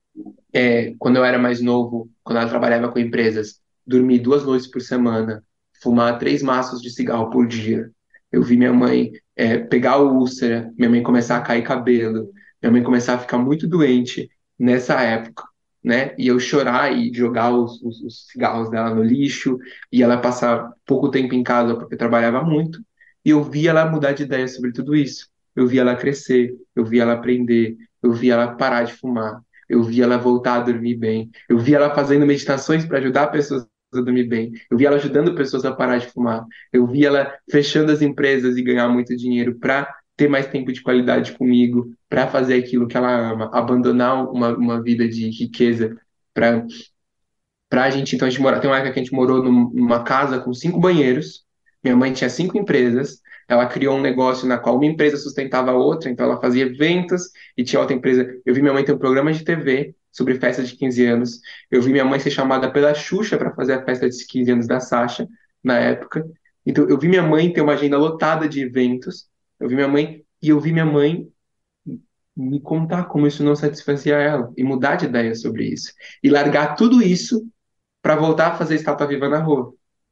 é, quando eu era mais novo, quando ela trabalhava com empresas, dormir duas noites por semana, fumar três maços de cigarro por dia. Eu vi minha mãe, é, pegar úlcera, minha mãe começar a cair cabelo, minha mãe começar a ficar muito doente nessa época, né? E eu chorar e jogar os, os, os cigarros dela no lixo, e ela passar pouco tempo em casa porque trabalhava muito. E eu vi ela mudar de ideia sobre tudo isso. Eu vi ela crescer, eu vi ela aprender, eu vi ela parar de fumar, eu vi ela voltar a dormir bem, eu vi ela fazendo meditações para ajudar pessoas a dormir bem, eu vi ela ajudando pessoas a parar de fumar, eu vi ela fechando as empresas e ganhar muito dinheiro para ter mais tempo de qualidade comigo, para fazer aquilo que ela ama, abandonar uma, uma vida de riqueza para para a gente. Então a gente mora, tem uma época que a gente morou num- numa casa com cinco banheiros. Minha mãe tinha cinco empresas. Ela criou um negócio na qual uma empresa sustentava a outra, então ela fazia eventos e tinha outra empresa. Eu vi minha mãe ter um programa de T V sobre festa de quinze anos. Eu vi minha mãe ser chamada pela Xuxa para fazer a festa de quinze anos da Sasha na época. Então eu vi minha mãe ter uma agenda lotada de eventos. Eu vi minha mãe e eu vi minha mãe me contar como isso não satisfazia ela e mudar de ideia sobre isso e largar tudo isso para voltar a fazer estátua viva na rua.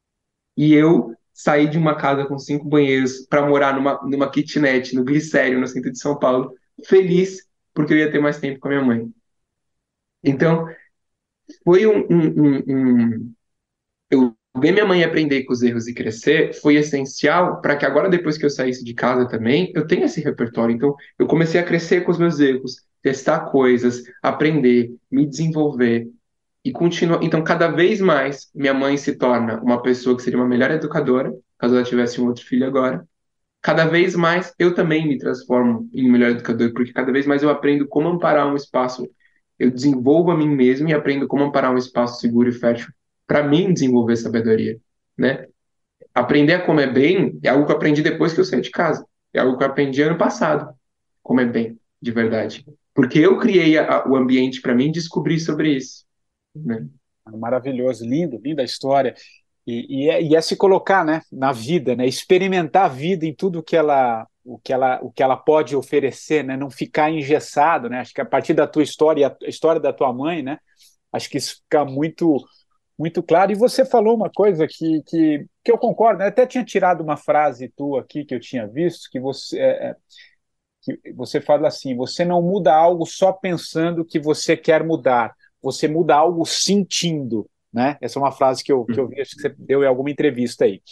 E eu saí de uma casa com cinco banheiros para morar numa, numa kitnet, no Glicério, no centro de São Paulo, feliz porque eu ia ter mais tempo com a minha mãe. Então, foi um... um, um, um... Eu ver minha mãe aprender com os erros e crescer foi essencial para que agora, depois que eu saísse de casa também, eu tenha esse repertório. Então, eu comecei a crescer com os meus erros, testar coisas, aprender, me desenvolver e continuar. Então, cada vez mais, minha mãe se torna uma pessoa que seria uma melhor educadora, caso ela tivesse um outro filho agora. Cada vez mais, eu também me transformo em um melhor educador, porque cada vez mais eu aprendo como amparar um espaço, eu desenvolvo a mim mesmo e aprendo como amparar um espaço seguro e fértil para mim desenvolver sabedoria, né? Aprender a comer bem é algo que eu aprendi depois que eu saí de casa. É algo que eu aprendi ano passado, comer bem, de verdade. Porque eu criei a- o ambiente para mim descobrir sobre isso, né? Maravilhoso, lindo, linda a história. E, e, é, e é se colocar, né, na vida, né, experimentar a vida em tudo que ela, o que ela, o que ela pode oferecer, né, não ficar engessado, né. Acho que a partir da tua história, e a a história da tua mãe, né, acho que isso fica muito, muito claro. E você falou uma coisa que, que, que eu concordo, né? Eu até tinha tirado uma frase tua aqui que eu tinha visto, que você, é, é, que você fala assim: você não muda algo só pensando que você quer mudar, você muda algo sentindo, né? Essa é uma frase que eu, que eu vi, acho que você deu em alguma entrevista aí.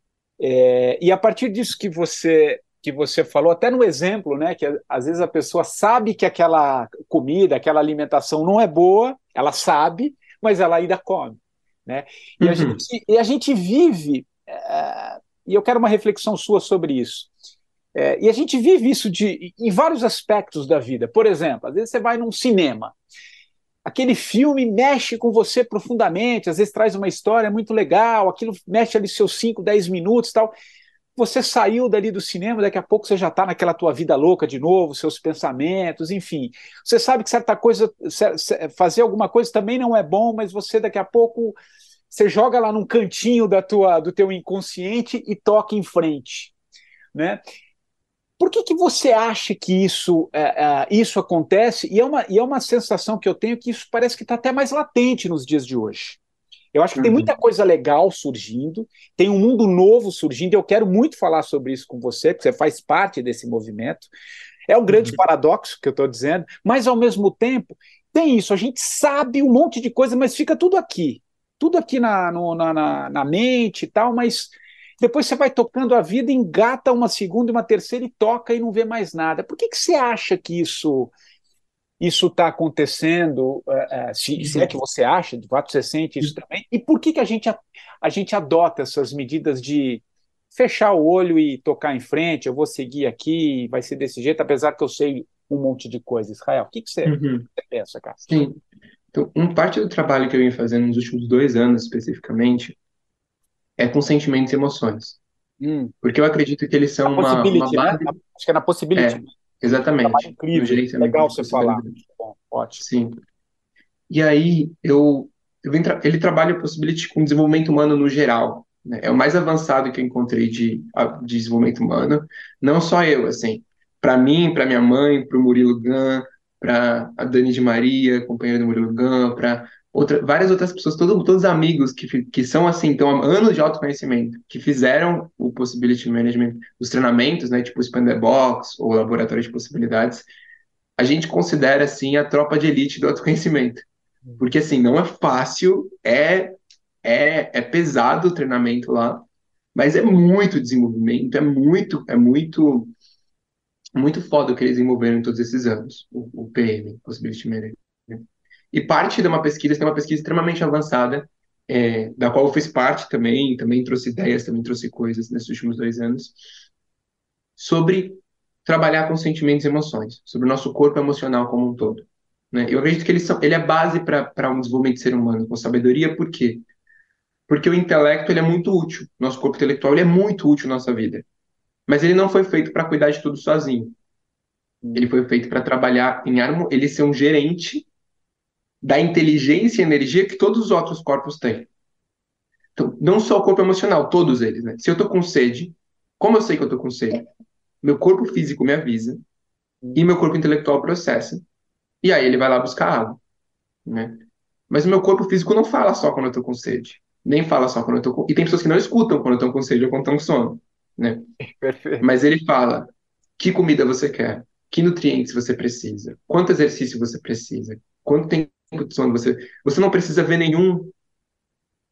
É, e a partir disso que você que você falou, até no exemplo, né, que às vezes a pessoa sabe que aquela comida, aquela alimentação não é boa, ela sabe, mas ela ainda come, né? E a Uhum. gente, e a gente vive, é, e eu quero uma reflexão sua sobre isso. É, e a gente vive isso de, em vários aspectos da vida. Por exemplo, às vezes você vai num cinema, aquele filme mexe com você profundamente, às vezes traz uma história muito legal, aquilo mexe ali seus cinco, dez minutos e tal. Você saiu dali do cinema, daqui a pouco você já está naquela tua vida louca de novo, seus pensamentos, enfim. Você sabe que certa coisa, fazer alguma coisa também não é bom, mas você daqui a pouco, você joga lá num cantinho da tua, do teu inconsciente e toca em frente, né? Por que que você acha que isso, é, é, isso acontece? E é, uma, e é uma sensação que eu tenho que isso parece que está até mais latente nos dias de hoje. Eu acho que tem muita Uhum. coisa legal surgindo, tem um mundo novo surgindo, e eu quero muito falar sobre isso com você, porque você faz parte desse movimento. É um grande Uhum. paradoxo que eu estou dizendo, mas ao mesmo tempo tem isso, a gente sabe um monte de coisa, mas fica tudo aqui, tudo aqui na, no, na, na, na mente e tal, mas depois você vai tocando a vida, engata uma segunda e uma terceira e toca e não vê mais nada. Por que que você acha que isso isso está acontecendo? Uh, uh, se, se é Uhum. que você acha, de fato você sente isso também? E por que que a gente, a, a gente adota essas medidas de fechar o olho e tocar em frente? Eu vou seguir aqui, vai ser desse jeito, apesar que eu sei um monte de coisa. Israel, o que que você, Uhum. você pensa, cara? Sim. Então, um parte do trabalho que eu venho fazendo nos últimos dois anos, especificamente, é com sentimentos e emoções. Hum, Porque eu acredito que eles a são uma, uma possibility, né? base. Na- acho que é na possibility. É, Trabalho exatamente. No incrível, gerenciamento legal de você falar. possibilidades. Bom, ótimo. Sim. E aí, eu, eu venho tra- ele trabalha o Possibility com desenvolvimento humano no geral, né? É o mais avançado que eu encontrei de, a- de desenvolvimento humano. Não só eu, assim. Para mim, para minha mãe, para o Murilo Gun, para a Dani de Maria, companheira do Murilo Gun, para outra, várias outras pessoas, todo, todos amigos que, fi- que são assim, então, há anos de autoconhecimento, que fizeram o Possibility Management, os treinamentos, né, tipo o Expand the Box ou Laboratório de Possibilidades, a gente considera, assim, a tropa de elite do autoconhecimento. Porque, assim, não é fácil, é, é, é pesado o treinamento lá, mas é muito desenvolvimento, é muito, é muito, muito foda o que eles desenvolveram em todos esses anos, o, o P M, Possibility Management. E parte de uma pesquisa, tem uma pesquisa extremamente avançada, é, da qual eu fiz parte também, também trouxe ideias, também trouxe coisas nesses últimos dois anos, sobre trabalhar com sentimentos e emoções, sobre o nosso corpo emocional como um todo, né? Eu acredito que eles são, ele é base para um desenvolvimento de ser humano com sabedoria, por quê? Porque o intelecto ele é muito útil, nosso corpo intelectual ele é muito útil na nossa vida, mas ele não foi feito para cuidar de tudo sozinho. Ele foi feito para trabalhar em harmonia, ele ser um gerente da inteligência e energia que todos os outros corpos têm. Então, não só o corpo emocional, todos eles, né? Se eu tô com sede, como eu sei que eu tô com sede? Meu corpo físico me avisa e meu corpo intelectual processa. E aí ele vai lá buscar água, né? Mas o meu corpo físico não fala só quando eu tô com sede. Nem fala só quando eu tô com... E tem pessoas que não escutam quando estão com sede ou quando estão com sono, né? Perfeito. Mas ele fala que comida você quer, que nutrientes você precisa, quanto exercício você precisa, quanto tempo de sono você... Você não precisa ver nenhum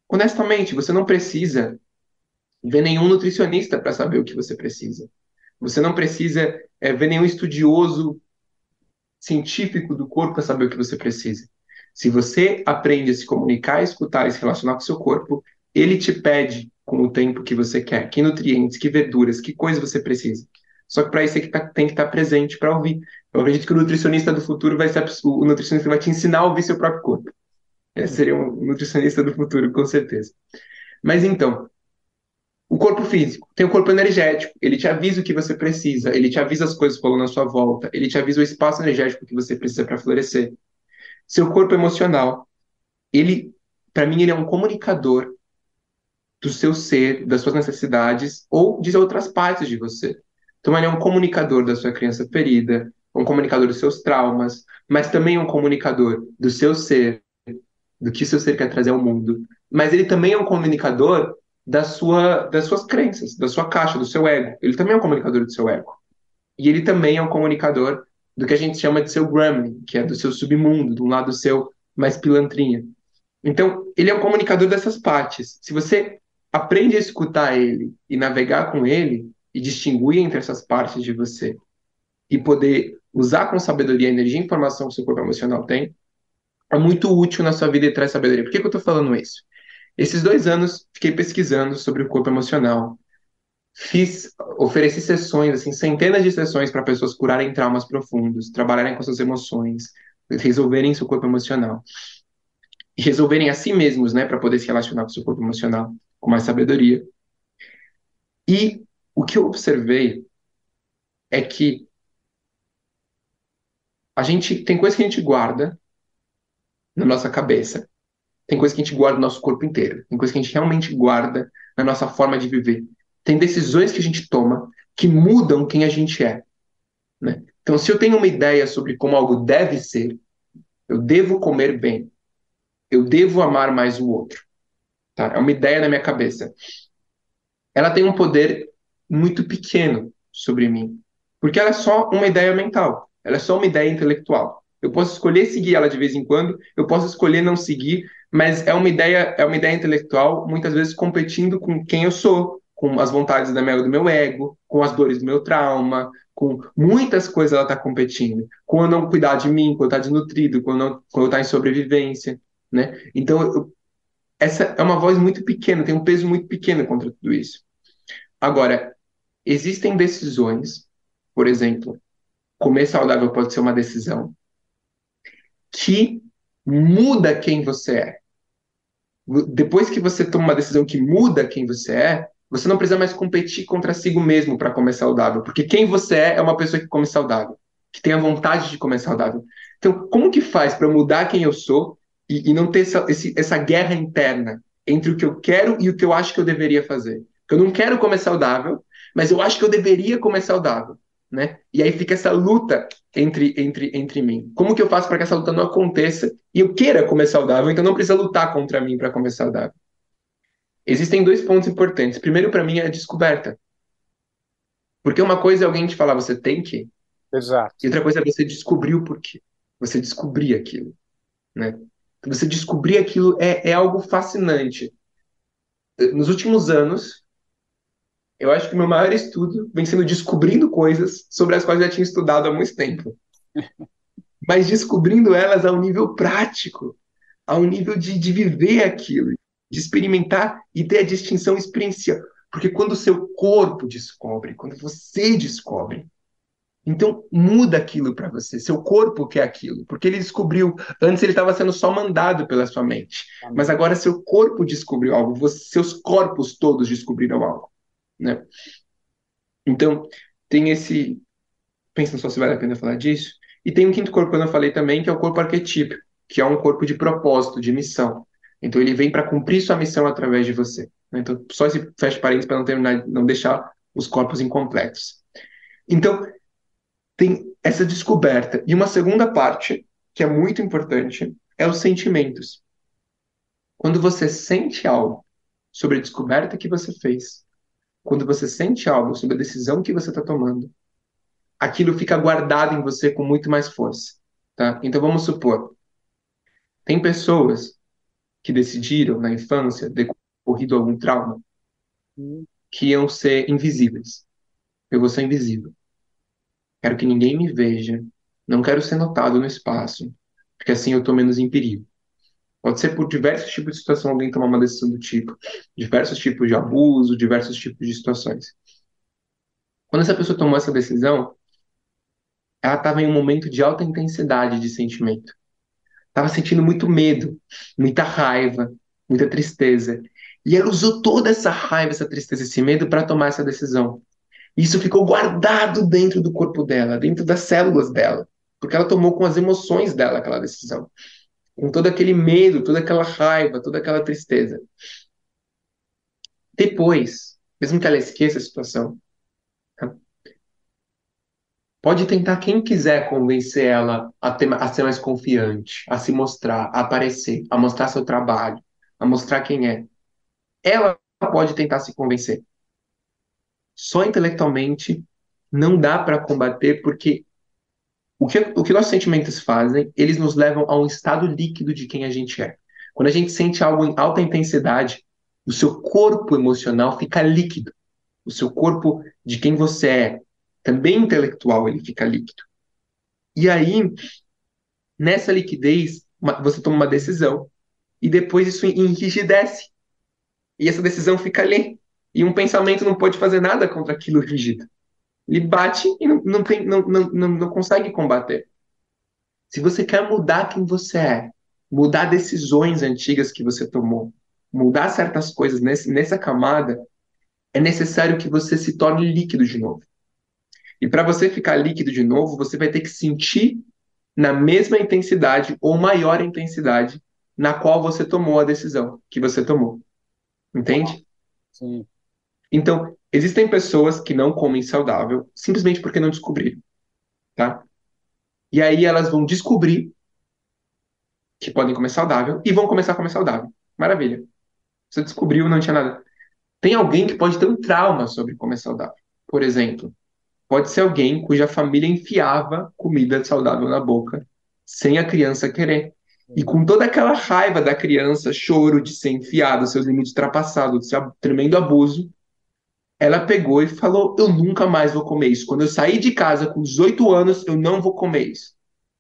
Honestamente, você não precisa ver nenhum nutricionista para saber o que você precisa. Você não precisa é, ver nenhum estudioso científico do corpo para saber o que você precisa. Se você aprende a se comunicar, escutar e se relacionar com o seu corpo, ele te pede com o tempo que você quer, que nutrientes, que verduras, que coisa você precisa. Só que para isso você tem que estar presente para ouvir. Eu acredito que o nutricionista do futuro vai ser o nutricionista que vai te ensinar a ouvir seu próprio corpo. Esse seria um nutricionista do futuro, com certeza. Mas então, o corpo físico tem o corpo energético, ele te avisa o que você precisa, ele te avisa as coisas que rolando na sua volta, ele te avisa o espaço energético que você precisa para florescer. Seu corpo emocional, ele, para mim, ele é um comunicador do seu ser, das suas necessidades ou de outras partes de você. Então, ele é um comunicador da sua criança ferida, um comunicador dos seus traumas, mas também um comunicador do seu ser, do que seu ser quer trazer ao mundo. Mas ele também é um comunicador da sua, das suas crenças, da sua caixa, do seu ego. Ele também é um comunicador do seu ego. E ele também é um comunicador do que a gente chama de seu gremlin, que é do seu submundo, de um lado seu mais pilantrinha. Então, ele é um comunicador dessas partes. Se você aprende a escutar ele e navegar com ele e distinguir entre essas partes de você e poder usar com sabedoria a energia e informação que o seu corpo emocional tem, é muito útil na sua vida e traz sabedoria. Por que que eu estou falando isso? Esses dois anos, fiquei pesquisando sobre o corpo emocional. Fiz, ofereci sessões, assim, centenas de sessões para pessoas curarem traumas profundos, trabalharem com suas emoções, resolverem seu corpo emocional. E resolverem a si mesmos, né, para poder se relacionar com o seu corpo emocional com mais sabedoria. E o que eu observei é que a gente tem coisa que a gente guarda na nossa cabeça, tem coisa que a gente guarda no nosso corpo inteiro, tem coisa que a gente realmente guarda na nossa forma de viver. Tem decisões que a gente toma que mudam quem a gente é, né? Então, se eu tenho uma ideia sobre como algo deve ser, eu devo comer bem, eu devo amar mais o outro, tá? É uma ideia na minha cabeça. Ela tem um poder muito pequeno sobre mim, porque ela é só uma ideia mental, ela é só uma ideia intelectual. Eu posso escolher seguir ela de vez em quando, eu posso escolher não seguir, mas é uma ideia, é uma ideia intelectual, muitas vezes competindo com quem eu sou, com as vontades da minha, do meu ego, com as dores do meu trauma, com muitas coisas ela está competindo. Com eu não cuidar de mim, quando eu estar desnutrido, quando, não, quando eu estar em sobrevivência, né? Então, eu, essa é uma voz muito pequena, tem um peso muito pequeno contra tudo isso. Agora, existem decisões, por exemplo, comer saudável pode ser uma decisão que muda quem você é. Depois que você toma uma decisão que muda quem você é, você não precisa mais competir contra si mesmo para comer saudável, porque quem você é é uma pessoa que come saudável, que tem a vontade de comer saudável. Então, como que faz para mudar quem eu sou e, e não ter essa, esse, essa guerra interna entre o que eu quero e o que eu acho que eu deveria fazer? Porque eu não quero comer saudável, mas eu acho que eu deveria comer saudável, né? E aí fica essa luta entre, entre, entre mim. Como que eu faço para que essa luta não aconteça e eu queira comer saudável, então não precisa lutar contra mim para comer saudável? Existem dois pontos importantes. Primeiro, para mim, é a descoberta. Porque uma coisa é alguém te falar, você tem que. Exato. E outra coisa é você descobrir o porquê. Você descobrir aquilo, né? Você descobrir aquilo é, é algo fascinante. Nos últimos anos, eu acho que o meu maior estudo vem sendo descobrindo coisas sobre as quais eu já tinha estudado há muito tempo. Mas descobrindo elas ao nível prático, ao nível de, de viver aquilo, de experimentar e ter a distinção experiencial. Porque quando o seu corpo descobre, quando você descobre, então muda aquilo para você. Seu corpo quer aquilo, porque ele descobriu. Antes ele estava sendo só mandado pela sua mente, mas agora seu corpo descobriu algo, você, seus corpos todos descobriram algo, né? Então, tem esse... Pensa só se vale a pena falar disso. E tem um quinto corpo que eu não falei também, que é o corpo arquetípico, que é um corpo de propósito, de missão. Então ele vem para cumprir sua missão através de você. Então, só esse fecha parênteses para não terminar, não deixar os corpos incompletos. Então, tem essa descoberta. E uma segunda parte, que é muito importante, é os sentimentos. Quando você sente algo sobre a descoberta que você fez, quando você sente algo sobre a decisão que você está tomando, aquilo fica guardado em você com muito mais força, tá? Então vamos supor, tem pessoas que decidiram na infância, decorrido algum trauma, que iam ser invisíveis. Eu vou ser invisível. Quero que ninguém me veja. Não quero ser notado no espaço, porque assim eu estou menos em perigo. Pode ser por diversos tipos de situação alguém tomar uma decisão do tipo, diversos tipos de abuso, diversos tipos de situações. Quando essa pessoa tomou essa decisão, ela estava em um momento de alta intensidade de sentimento. Estava sentindo muito medo, muita raiva, muita tristeza. E ela usou toda essa raiva, essa tristeza, esse medo para tomar essa decisão. Isso ficou guardado dentro do corpo dela, dentro das células dela, porque ela tomou com as emoções dela aquela decisão, com todo aquele medo, toda aquela raiva, toda aquela tristeza. Depois, mesmo que ela esqueça a situação, tá? Pode tentar quem quiser convencer ela a, ter, a ser mais confiante, a se mostrar, a aparecer, a mostrar seu trabalho, a mostrar quem é. Ela pode tentar se convencer. Só intelectualmente não dá para combater, porque o que, o que nossos sentimentos fazem, eles nos levam a um estado líquido de quem a gente é. Quando a gente sente algo em alta intensidade, o seu corpo emocional fica líquido. O seu corpo de quem você é, também intelectual, ele fica líquido. E aí, nessa liquidez, uma- você toma uma decisão, e depois isso enrijece. E essa decisão fica ali. E um pensamento não pode fazer nada contra aquilo rígido. Ele bate e não, não, tem, não, não, não, não consegue combater. Se você quer mudar quem você é, mudar decisões antigas que você tomou, mudar certas coisas nesse, nessa camada, é necessário que você se torne líquido de novo. E para você ficar líquido de novo, você vai ter que sentir na mesma intensidade ou maior intensidade na qual você tomou a decisão que você tomou. Entende? Sim. Então, existem pessoas que não comem saudável simplesmente porque não descobriram, tá? E aí elas vão descobrir que podem comer saudável e vão começar a comer saudável. Maravilha. Você descobriu, não tinha nada. Tem alguém que pode ter um trauma sobre comer saudável. Por exemplo, pode ser alguém cuja família enfiava comida saudável na boca sem a criança querer. E com toda aquela raiva da criança, choro de ser enfiado, seus limites ultrapassados, de ser um tremendo abuso, ela pegou e falou: eu nunca mais vou comer isso. Quando eu sair de casa com dezoito anos, eu não vou comer isso.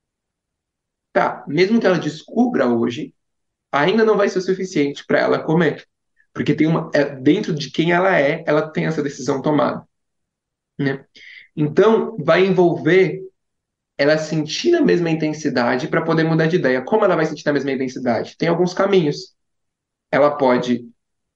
Tá, mesmo que ela descubra hoje, ainda não vai ser o suficiente para ela comer. Porque tem uma, é, dentro de quem ela é, ela tem essa decisão tomada, né? Então, vai envolver ela sentir na mesma intensidade para poder mudar de ideia. Como ela vai sentir na mesma intensidade? Tem alguns caminhos. Ela pode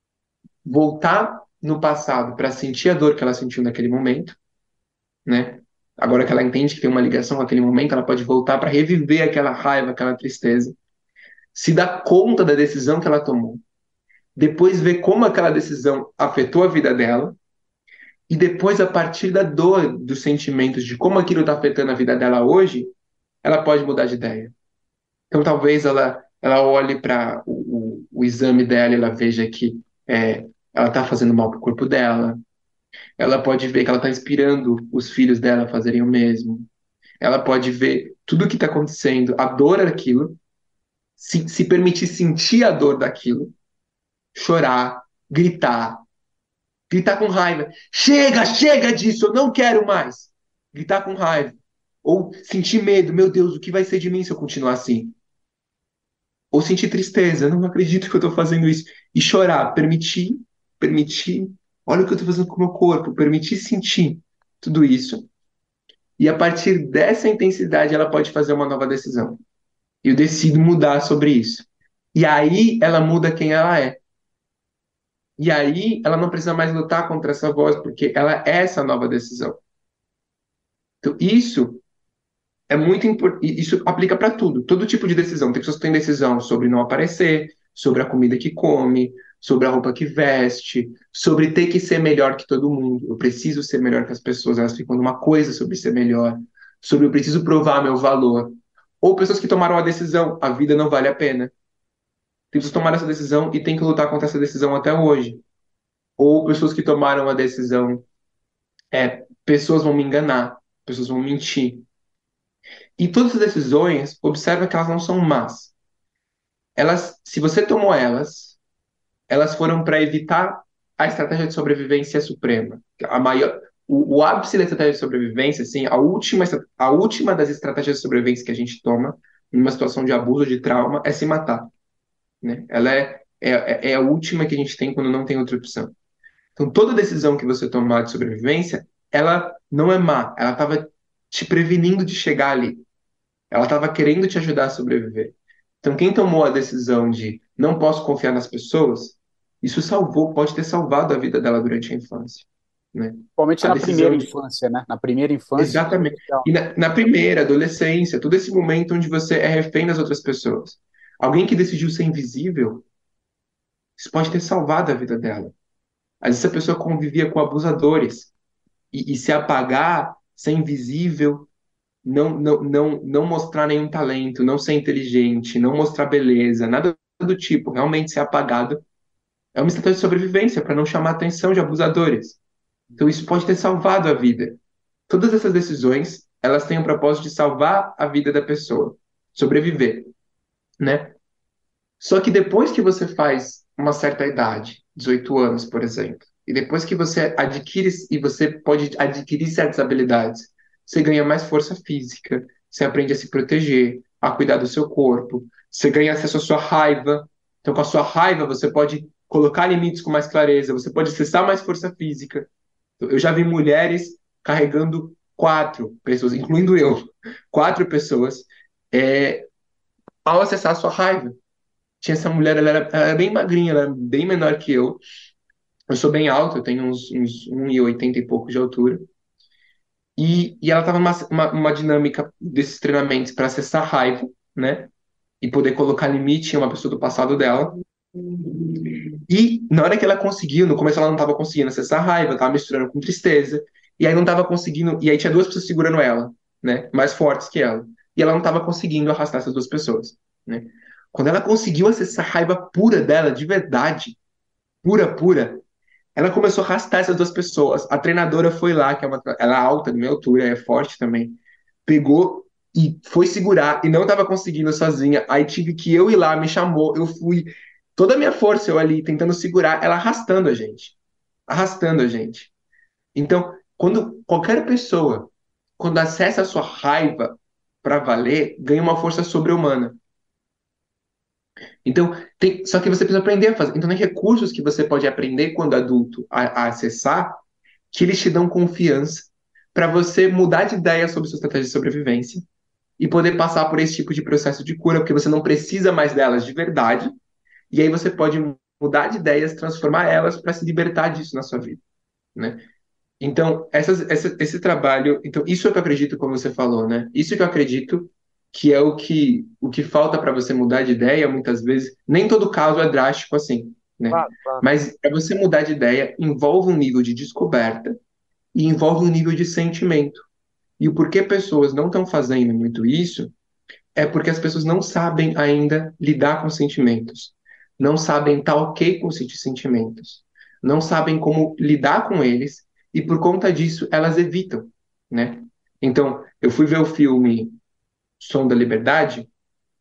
voltar no passado para sentir a dor que ela sentiu naquele momento, né? Agora que ela entende que tem uma ligação com aquele momento, ela pode voltar para reviver aquela raiva, aquela tristeza, se dar conta da decisão que ela tomou, depois ver como aquela decisão afetou a vida dela, e depois, a partir da dor, dos sentimentos, de como aquilo está afetando a vida dela hoje, ela pode mudar de ideia. Então, talvez ela, ela olhe para o, o, o exame dela e ela veja que é, ela está fazendo mal para o corpo dela. Ela pode ver que ela está inspirando os filhos dela a fazerem o mesmo. Ela pode ver tudo o que está acontecendo, a dor daquilo, se, se permitir sentir a dor daquilo, chorar, gritar, gritar com raiva. Chega, chega disso, eu não quero mais. Gritar com raiva. Ou sentir medo, meu Deus, o que vai ser de mim se eu continuar assim? Ou sentir tristeza, eu não acredito que eu estou fazendo isso. E chorar, permitir, permitir, olha o que eu estou fazendo com o meu corpo, permitir sentir tudo isso. E a partir dessa intensidade ela pode fazer uma nova decisão. Eu decido mudar sobre isso. E aí ela muda quem ela é. E aí ela não precisa mais lutar contra essa voz, porque ela é essa nova decisão. Então isso é muito importante. Isso aplica para tudo, todo tipo de decisão. Tem pessoas que têm decisão sobre não aparecer, sobre a comida que come, sobre a roupa que veste, sobre ter que ser melhor que todo mundo. Eu preciso ser melhor que as pessoas. Elas ficam numa coisa sobre ser melhor, sobre eu preciso provar meu valor. Ou pessoas que tomaram a decisão, a vida não vale a pena. Tem pessoas que tomaram essa decisão e tem que lutar contra essa decisão até hoje. Ou pessoas que tomaram a decisão, é, pessoas vão me enganar, pessoas vão mentir. E todas as decisões, observa que elas não são más. elas, se você tomou elas, elas foram para evitar a estratégia de sobrevivência suprema. A maior, o, o ápice da estratégia de sobrevivência, assim, a última, a última das estratégias de sobrevivência que a gente toma numa situação de abuso, de trauma, é se matar, né? Ela é, é, é a última que a gente tem quando não tem outra opção. Então, toda decisão que você tomar de sobrevivência, ela não é má, ela estava te prevenindo de chegar ali. Ela estava querendo te ajudar a sobreviver. Então, quem tomou a decisão de não posso confiar nas pessoas, isso salvou, pode ter salvado a vida dela durante a infância, né? Principalmente A na decisão primeira de... infância, né? Na primeira infância. Exatamente. E na, na primeira, adolescência, todo esse momento onde você é refém das outras pessoas. Alguém que decidiu ser invisível, isso pode ter salvado a vida dela. Às vezes a pessoa convivia com abusadores e, e se apagar, ser invisível, não, não, não, não mostrar nenhum talento, não ser inteligente, não mostrar beleza, nada do tipo, realmente ser apagado, é uma estratégia de sobrevivência para não chamar a atenção de abusadores. Então isso pode ter salvado a vida. Todas essas decisões, elas têm o propósito de salvar a vida da pessoa, sobreviver, né? Só que depois que você faz uma certa idade, dezoito anos, por exemplo, e depois que você adquire, e você pode adquirir certas habilidades, você ganha mais força física, você aprende a se proteger, a cuidar do seu corpo, você ganha acesso à sua raiva. Então, com a sua raiva, você pode colocar limites com mais clareza, você pode acessar mais força física. Eu já vi mulheres carregando quatro pessoas, incluindo eu, quatro pessoas, é, ao acessar a sua raiva. Tinha essa mulher, ela era, ela era bem magrinha, ela era bem menor que eu. Eu sou bem alto, eu tenho uns, uns um e oitenta e pouco de altura. E, e ela estava numa uma, uma dinâmica desses treinamentos para acessar raiva, né? E poder colocar limite em uma pessoa do passado dela. E na hora que ela conseguiu, no começo ela não estava conseguindo acessar raiva, estava misturando com tristeza. E aí não estava conseguindo. E aí tinha duas pessoas segurando ela, né? Mais fortes que ela. E ela não estava conseguindo arrastar essas duas pessoas, né? Quando ela conseguiu acessar a raiva pura dela, de verdade, pura, pura, ela começou a arrastar essas duas pessoas. A treinadora foi lá, que é uma, ela é alta, de minha altura, é forte também, pegou e foi segurar, e não estava conseguindo sozinha. Aí tive que eu ir lá, me chamou, eu fui, toda a minha força eu ali, tentando segurar, ela arrastando a gente. Arrastando a gente. Então, quando qualquer pessoa, quando acessa a sua raiva para valer, ganha uma força sobre-humana. Então, tem, só que você precisa aprender a fazer. Então, tem recursos que você pode aprender quando adulto a, a acessar, que eles te dão confiança para você mudar de ideia sobre sua estratégia de sobrevivência e poder passar por esse tipo de processo de cura, porque você não precisa mais delas de verdade, e aí você pode mudar de ideias, transformar elas para se libertar disso na sua vida, né? Então, essas, essa, esse trabalho, então isso é o que eu acredito, como você falou, né? Isso que eu acredito que é o que, o que falta para você mudar de ideia, muitas vezes. Nem todo caso é drástico assim, né? Claro, claro. Mas para você mudar de ideia, envolve um nível de descoberta e envolve um nível de sentimento. E o porquê pessoas não estão fazendo muito isso é porque as pessoas não sabem ainda lidar com sentimentos, não sabem estar ok com esses sentimentos, não sabem como lidar com eles, e por conta disso elas evitam, né? Então, eu fui ver o filme Som da Liberdade,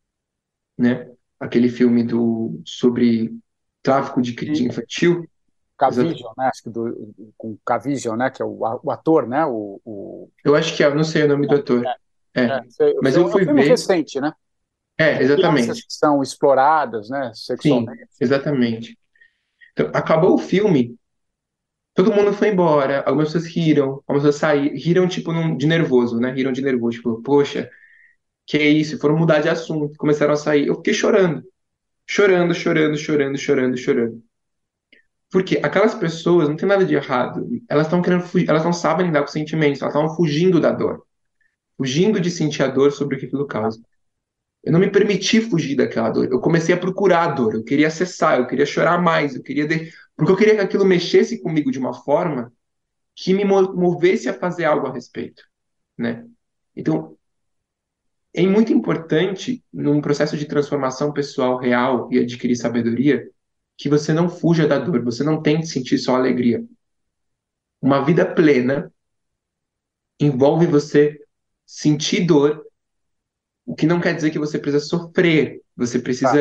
né? Aquele filme do, sobre tráfico de, de infantil. Cavision, né? Acho que do, com Cavision, né? Que é o, o ator, né? O, o... Eu acho que é, não sei o nome do ator. É, é, é, mas é, eu fui é um filme ver. recente, né? É, exatamente. Crianças que são exploradas, né? Sexualmente. Sim, exatamente. Então, acabou o filme, todo mundo foi embora, algumas pessoas riram, algumas pessoas saíram, riram tipo num, de nervoso, né? Riram de nervoso, tipo, poxa, que é isso? Foram mudar de assunto, começaram a sair. Eu fiquei chorando, chorando, chorando, chorando, chorando, chorando. Porque aquelas pessoas não tem nada de errado, elas estão querendo fugir, elas não sabem lidar com sentimentos, elas estavam fugindo da dor, fugindo de sentir a dor sobre o que aquilo causa. Eu não me permiti fugir daquela dor. Eu comecei a procurar a dor. Eu queria acessar, eu queria chorar mais, eu queria de... porque eu queria que aquilo mexesse comigo de uma forma que me movesse a fazer algo a respeito, né? Então, é muito importante num processo de transformação pessoal real e adquirir sabedoria que você não fuja da dor, você não tente sentir só alegria. Uma vida plena envolve você sentir dor, o que não quer dizer que você precisa sofrer, você precisa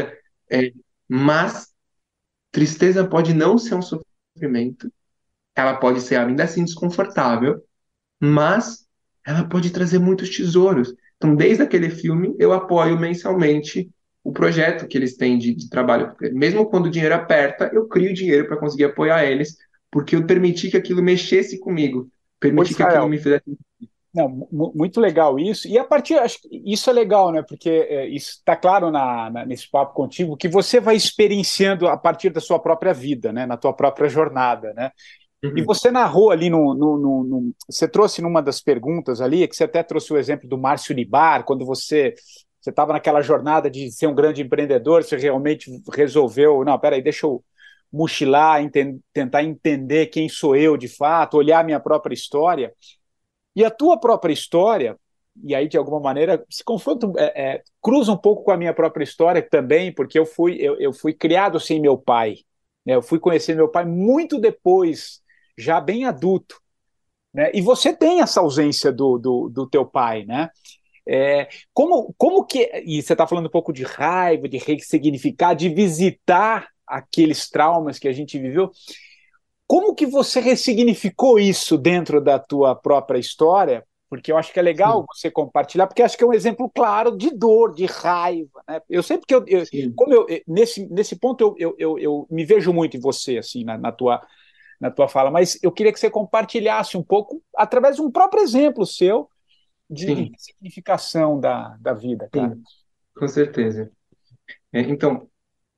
É, mas tristeza pode não ser um sofrimento, ela pode ser ainda assim desconfortável, mas ela pode trazer muitos tesouros. Então, desde aquele filme, eu apoio mensalmente o projeto que eles têm de, de trabalho. Porque mesmo quando o dinheiro aperta, eu crio dinheiro para conseguir apoiar eles, porque eu permiti que aquilo mexesse comigo, Ô, permiti que aquilo Israel, me fizesse. não, mu- muito legal isso. E a partir, acho que isso é legal, né? Porque é, isso está claro na, na- nesse papo contigo, que você vai experienciando a partir da sua própria vida, né? Na tua própria jornada, né? E Uhum. você narrou ali no, no, no- no- você trouxe numa das perguntas ali, que você até trouxe o exemplo do Márcio Libar, quando você você estava naquela jornada de ser um grande empreendedor, você realmente resolveu, não, peraí, deixa eu mochilar, enten- tentar entender quem sou eu de fato, olhar a minha própria história. E a tua própria história, e aí de alguma maneira se confronta, é, é, cruza um pouco com a minha própria história também, porque eu fui, eu, eu fui criado sem meu pai, né? Eu fui conhecer meu pai muito depois, já bem adulto, né? E você tem essa ausência do, do, do teu pai, né? É, como, como que. E você está falando um pouco de raiva, de ressignificar, de visitar aqueles traumas que a gente viveu. Como que você ressignificou isso dentro da tua própria história? Porque eu acho que é legal Sim, você compartilhar, porque acho que é um exemplo claro de dor, de raiva, né? Eu sempre que eu, eu sim, como eu nesse, nesse ponto eu, eu, eu, eu me vejo muito em você assim na, na tua na tua fala, mas eu queria que você compartilhasse um pouco através de um próprio exemplo seu de, de sim, ressignificação da, da vida, cara. sim, com certeza. É, então,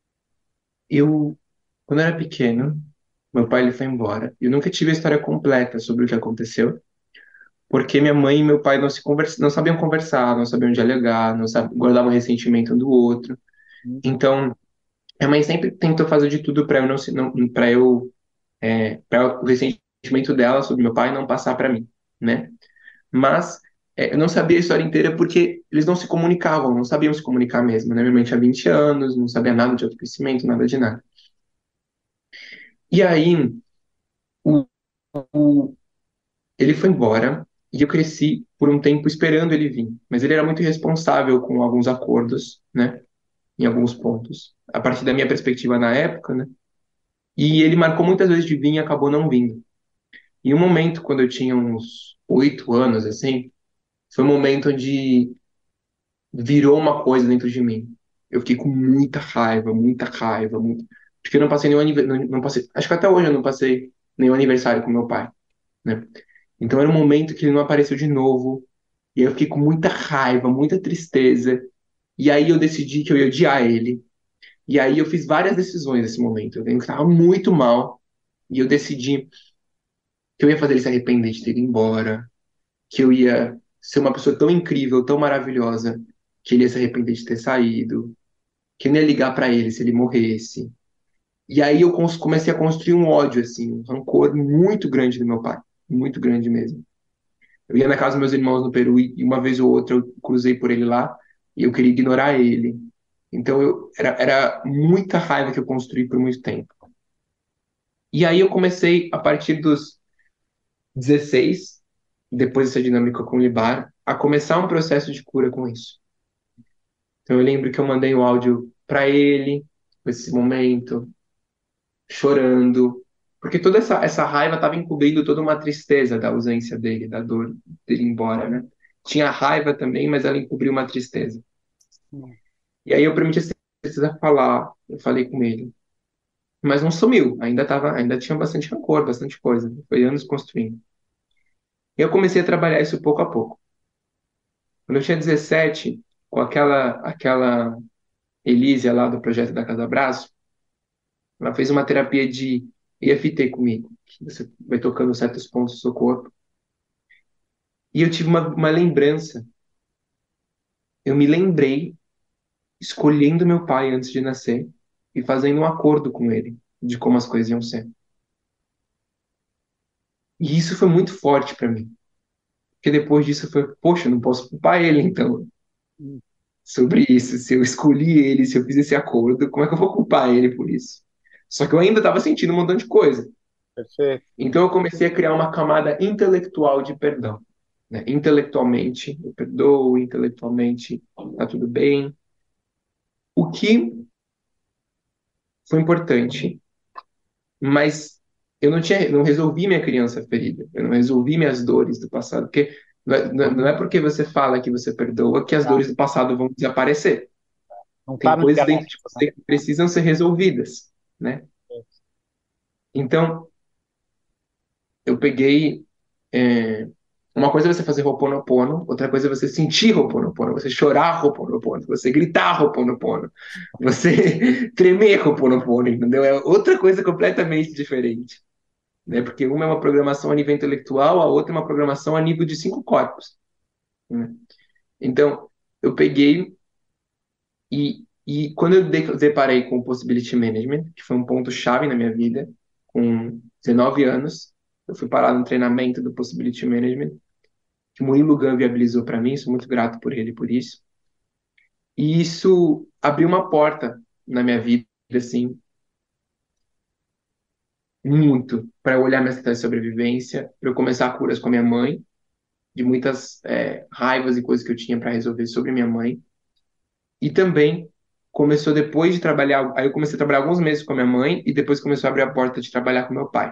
eu, quando eu era pequeno, meu pai ele foi embora. Eu nunca tive a história completa sobre o que aconteceu, porque minha mãe e meu pai não se convers... não sabiam conversar, não sabiam dialogar, não sab... guardavam ressentimento um do outro. Então, minha mãe sempre tentou fazer de tudo para eu não se não para eu é, para o ressentimento dela sobre meu pai não passar para mim, né? Mas é, eu não sabia a história inteira porque eles não se comunicavam, não sabiam se comunicar mesmo, né? Minha mãe tinha vinte anos, não sabia nada de autoconhecimento, nada de nada. E aí, o, o- ele foi embora e eu cresci por um tempo esperando ele vir. Mas ele era muito irresponsável com alguns acordos, né? Em alguns pontos. A partir da minha perspectiva na época, né? E ele marcou muitas vezes de vir e acabou não vindo. E um momento, quando eu tinha uns oito anos, assim, foi um momento onde virou uma coisa dentro de mim. Eu fiquei com muita raiva, muita raiva, muito... porque eu não passei nenhum aniversário, não, não passei, acho que até hoje eu não passei nenhum aniversário com meu pai, né? Então era um momento que ele não apareceu de novo, e aí eu fiquei com muita raiva, muita tristeza, e aí eu decidi que eu ia odiar ele, e aí eu fiz várias decisões nesse momento, eu estava muito mal, e eu decidi que eu ia fazer ele se arrepender de ter ido embora, que eu ia ser uma pessoa tão incrível, tão maravilhosa, que ele ia se arrepender de ter saído, que eu não ia ligar pra ele se ele morresse. E aí eu cons- comecei a construir um ódio, assim, um rancor muito grande do meu pai, muito grande mesmo. Eu ia na casa dos meus irmãos no Peru e uma vez ou outra eu cruzei por ele lá e eu queria ignorar ele. Então eu era, era muita raiva que eu construí por muito tempo. E aí eu comecei, a partir dos dezesseis, depois dessa dinâmica com o Libar, a começar um processo de cura com isso. Então eu lembro que eu mandei o áudio para ele, nesse momento, chorando, porque toda essa, essa raiva estava encobrindo toda uma tristeza da ausência dele, da dor dele ir embora, né? Tinha raiva também, mas ela encobriu uma tristeza. E aí eu permiti a tristeza falar, eu falei com ele. Mas não sumiu, ainda tava, ainda tinha bastante rancor, bastante coisa. Foi anos construindo. E eu comecei a trabalhar isso pouco a pouco. Quando eu tinha dezessete, com aquela, aquela Elísia lá do projeto da Casa Abraço, ela fez uma terapia de E F T comigo, que você vai tocando certos pontos do seu corpo. E eu tive uma, uma lembrança. Eu me lembrei escolhendo meu pai antes de nascer e fazendo um acordo com ele de como as coisas iam ser. E isso foi muito forte para mim. Porque depois disso foi, poxa, eu não posso culpar ele então sobre isso. Se eu escolhi ele, se eu fiz esse acordo, como é que eu vou culpar ele por isso? Só que eu ainda estava sentindo um montão de coisa. Perfeito. Então eu comecei a criar uma camada intelectual de perdão, né? Intelectualmente, eu perdoo, intelectualmente tá tudo bem. O que foi importante, mas eu não tinha, não resolvi minha criança ferida, eu não resolvi minhas dores do passado, porque não é, não é porque você fala que você perdoa que as Tá. dores do passado vão desaparecer. Não Tem está no coisas dentro de diagnóstico, né? você que precisam ser resolvidas, né? Então, eu peguei. é, uma coisa é você fazer Ho'oponopono, outra coisa é você sentir Ho'oponopono, você chorar Ho'oponopono, você gritar Ho'oponopono, você tremer Ho'oponopono, entendeu? É outra coisa completamente diferente, né? Porque uma é uma programação a nível intelectual, a outra é uma programação a nível de cinco corpos, né? Então, eu peguei e, e quando eu de- deparei com o Possibility Management, que foi um ponto chave na minha vida, com dezenove anos, eu fui parar no treinamento do Possibility Management, que o Murilo Gun viabilizou para mim, sou muito grato por ele por isso. E isso abriu uma porta na minha vida, assim, muito, para eu olhar minha situação de sobrevivência, para eu começar curas com a minha mãe, de muitas é, raivas e coisas que eu tinha para resolver sobre minha mãe. E também começou depois de trabalhar, aí eu comecei a trabalhar alguns meses com a minha mãe e depois começou a abrir a porta de trabalhar com meu pai.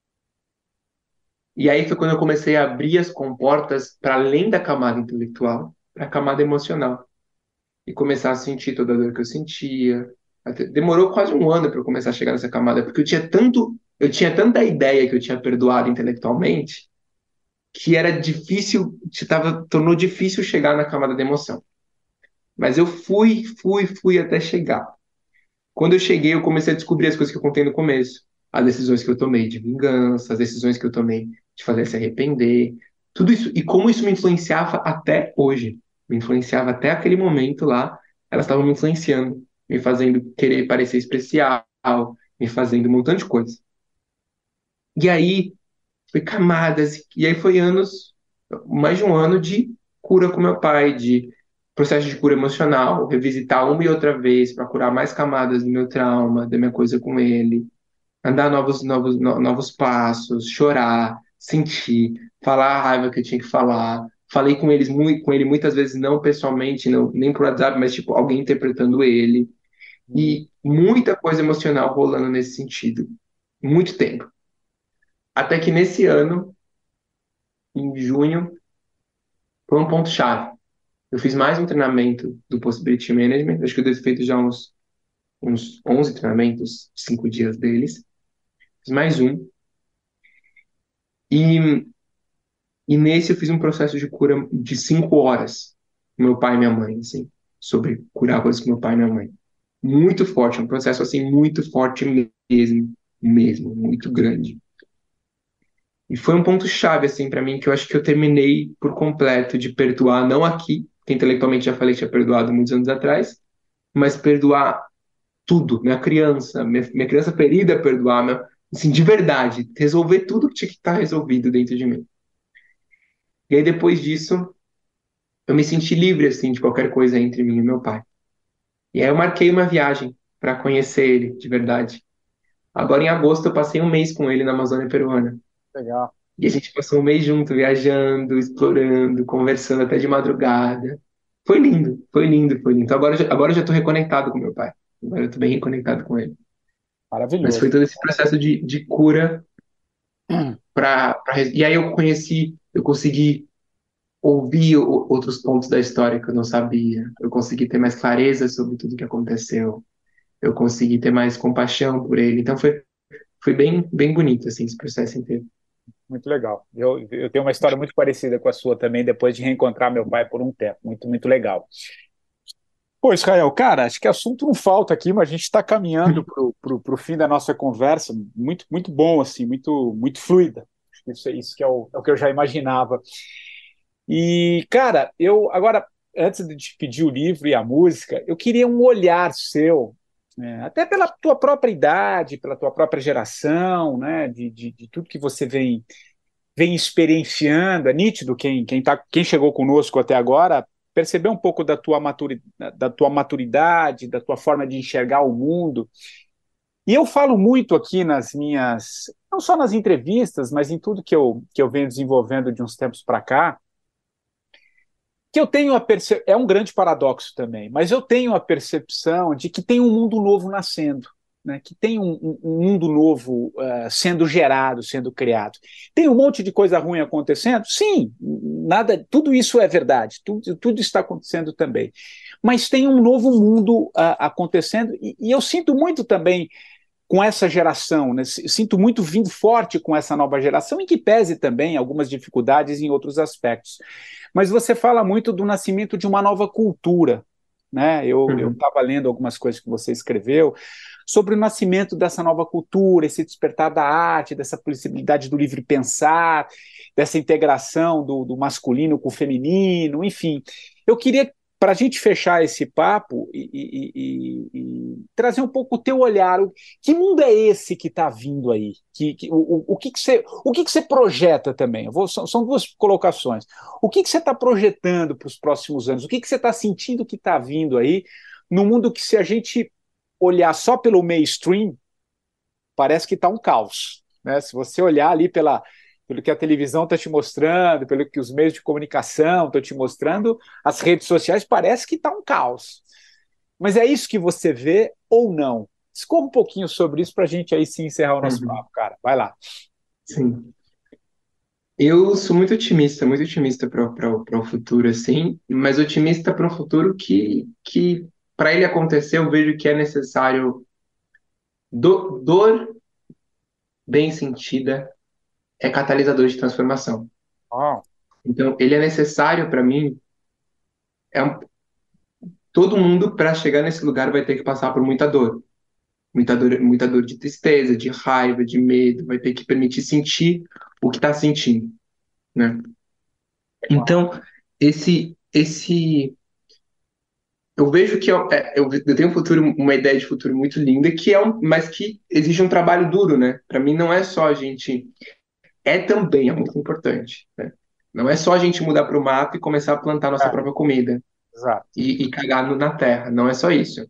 E aí foi quando eu comecei a abrir as comportas para além da camada intelectual, para a camada emocional. E começar a sentir toda a dor que eu sentia. Até- demorou quase um ano para eu começar a chegar nessa camada, porque eu tinha tanto, eu tinha tanta ideia que eu tinha perdoado intelectualmente, que era difícil, se tava, tornou difícil chegar na camada da emoção. Mas eu fui, fui, fui até chegar. Quando eu cheguei, eu comecei a descobrir as coisas que eu contei no começo. As decisões que eu tomei de vingança, as decisões que eu tomei de fazer se arrepender, tudo isso. E como isso me influenciava até hoje. Me influenciava até aquele momento lá. Elas estavam me influenciando, me fazendo querer parecer especial, me fazendo um montão de coisa. E aí, foi camadas. E aí foi anos, mais de um ano de cura com meu pai, de processo de cura emocional, revisitar uma e outra vez para curar mais camadas do meu trauma, da minha coisa com ele, andar novos, novos, no- novos passos, chorar, sentir, falar a raiva que eu tinha que falar. Falei com eles muito, com ele muitas vezes não pessoalmente, não, nem por WhatsApp, mas tipo alguém interpretando ele. E muita coisa emocional rolando nesse sentido. Muito tempo. Até que nesse ano, em junho, foi um ponto-chave. Eu fiz mais um treinamento do Possibility Management, acho que eu devo ter feito já uns, uns onze treinamentos, cinco dias deles. Fiz mais um. E, e nesse eu fiz um processo de cura de cinco horas com meu pai e minha mãe, assim, sobre curar coisas com meu pai e minha mãe. Muito forte, um processo assim muito forte mesmo, mesmo, muito grande. E foi um ponto chave assim para mim que eu acho que eu terminei por completo de perdoar, não aqui, que intelectualmente já falei que tinha perdoado muitos anos atrás, mas perdoar tudo, minha criança, minha, minha criança ferida, perdoar, minha, assim, de verdade, resolver tudo que tinha que estar resolvido dentro de mim. E aí depois disso, eu me senti livre assim de qualquer coisa entre mim e meu pai. E aí eu marquei uma viagem para conhecer ele de verdade. Agora em agosto eu passei um mês com ele na Amazônia Peruana. Legal. E a gente passou um mês junto, viajando, explorando, conversando até de madrugada. Foi lindo, foi lindo, foi lindo. Então agora, eu já- agora eu já estou reconectado com meu pai. Agora eu estou bem reconectado com ele. Mas Maravilhoso. foi todo esse processo de, de cura para. E aí eu conheci, eu consegui ouvir o- outros pontos da história que eu não sabia. Eu consegui ter mais clareza sobre tudo que aconteceu. Eu consegui ter mais compaixão por ele. Então foi, foi bem, bem bonito assim, esse processo inteiro. Muito legal. Eu, eu tenho uma história muito parecida com a sua também, depois de reencontrar meu pai por um tempo. Muito, muito legal. Pô, Israel, cara, acho que assunto não falta aqui, mas a gente está caminhando para o fim da nossa conversa. Muito, muito bom, assim, muito, muito fluida. Acho que Isso, é isso que é o, é o que eu já imaginava. E, cara, eu agora, antes de te pedir o livro e a música, eu queria um olhar seu, né, até pela tua própria idade, pela tua própria geração, né, de, de, de tudo que você vem vem experienciando, é nítido quem, quem, tá, quem chegou conosco até agora, perceber um pouco da tua, maturi, da tua maturidade, da tua forma de enxergar o mundo. E eu falo muito aqui nas minhas, não só nas entrevistas, mas em tudo que eu, que eu venho desenvolvendo de uns tempos para cá, que eu tenho a percepção, é um grande paradoxo também, mas eu tenho a percepção de que tem um mundo novo nascendo. né, que tem um, um- um mundo novo uh, sendo gerado, sendo criado. Tem um monte de coisa ruim acontecendo? Sim, nada, tudo isso é verdade, tudo, tudo está acontecendo também. Mas tem um novo mundo uh, acontecendo, e, e eu sinto muito também com essa geração, né? Sinto muito vindo forte com essa nova geração, em que pese também algumas dificuldades em outros aspectos. Mas você fala muito do nascimento de uma nova cultura, né? Eu eu Uhum. estava lendo algumas coisas que você escreveu sobre o nascimento dessa nova cultura, esse despertar da arte, dessa possibilidade do livre pensar, dessa integração do, do masculino com o feminino, enfim. Eu queria, para a gente fechar esse papo e, e- e- e trazer um pouco o teu olhar, o- que mundo é esse que está vindo aí? Que, que- o, o, o que, que você, o que, que você projeta também? Eu vou- são, são duas colocações. O que, que você está projetando para os próximos anos? O que, que você está sentindo que está vindo aí no mundo que, se a gente olhar só pelo mainstream, parece que está um caos, né? Se você olhar ali pela, pelo que a televisão está te mostrando, pelo que os meios de comunicação estão te mostrando, as redes sociais, parece que está um caos. Mas é isso que você vê ou não? Discorra um pouquinho sobre isso para a gente aí sim encerrar o nosso Uhum. papo, cara. Vai lá. Sim. Eu sou muito otimista, muito otimista para o futuro, assim, mas otimista para um futuro que, que para ele acontecer, eu vejo que é necessário do- dor bem sentida é catalisador de transformação. Oh, Então, ele é necessário para mim. É um- todo mundo, para chegar nesse lugar, vai ter que passar por muita dor. Muita dor, muita dor de tristeza, de raiva, de medo. Vai ter que permitir sentir o que está sentindo, né? Então, esse, esse, eu vejo que eu, é, eu, eu tenho um futuro, uma ideia de futuro muito linda, que é um, mas que exige um trabalho duro, né? Para mim, não é só a gente, é também, é muito importante, né? Não é só a gente mudar para o mato e começar a plantar nossa é, própria comida exato. e, e cagar no- na terra. Não é só isso.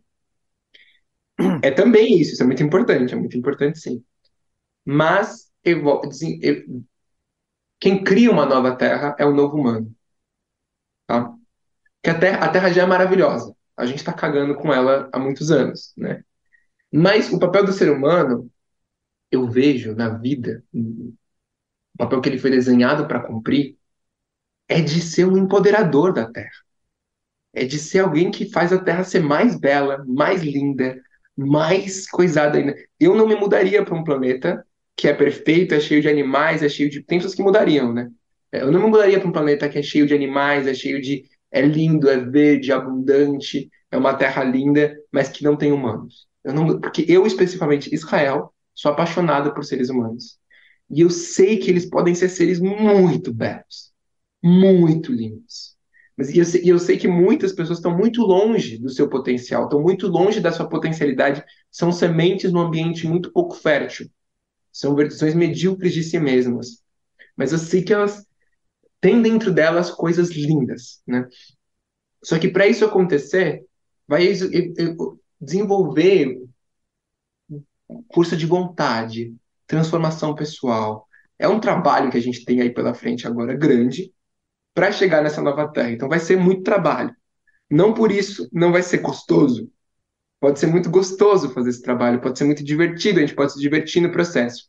É também isso, isso é muito importante, é muito importante sim. Mas evo- desen- e- quem cria uma nova terra é o novo humano, tá? Que a terra, a terra já é maravilhosa. A gente está cagando com ela há muitos anos, né? Mas o papel do ser humano, eu vejo na vida, o papel que ele foi desenhado para cumprir, é de ser um empoderador da terra. É de ser alguém que faz a terra ser mais bela, mais linda, mais coisada ainda. Eu não me mudaria para um planeta que é perfeito, é cheio de animais, é cheio de. Tem pessoas que mudariam, né? Eu não me mudaria para um planeta que é cheio de animais, é cheio de. É lindo, é verde, é abundante, é uma terra linda, mas que não tem humanos. Eu não... Porque eu, especificamente, Israel, sou apaixonado por seres humanos. E eu sei que eles podem ser seres muito belos, muito lindos. Mas e eu sei, e eu sei que muitas pessoas estão muito longe do seu potencial, estão muito longe da sua potencialidade, são sementes num ambiente muito pouco fértil, são versões medíocres de si mesmas. Mas eu sei que elas têm dentro delas coisas lindas, né? Só que para isso acontecer, vai ex- e- e- desenvolver força de vontade, transformação pessoal. É um trabalho que a gente tem aí pela frente agora grande para chegar nessa nova terra. Então vai ser muito trabalho. Não por isso não vai ser gostoso. Pode ser muito gostoso fazer esse trabalho, pode ser muito divertido, a gente pode se divertir no processo.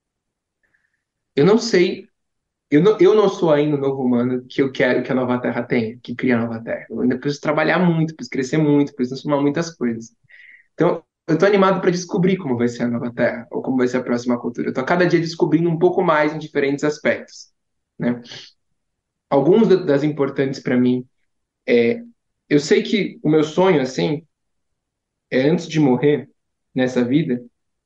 Eu não sei, eu não, eu não sou ainda o novo humano que eu quero que a nova terra tenha, que cria a nova terra. Eu ainda preciso trabalhar muito, preciso crescer muito, preciso transformar muitas coisas. Então, eu estou animado para descobrir como vai ser a nova terra, ou como vai ser a próxima cultura. Eu estou cada dia descobrindo um pouco mais em diferentes aspectos, né? Alguns da- das importantes para mim é, eu sei que o meu sonho, assim, é antes de morrer nessa vida,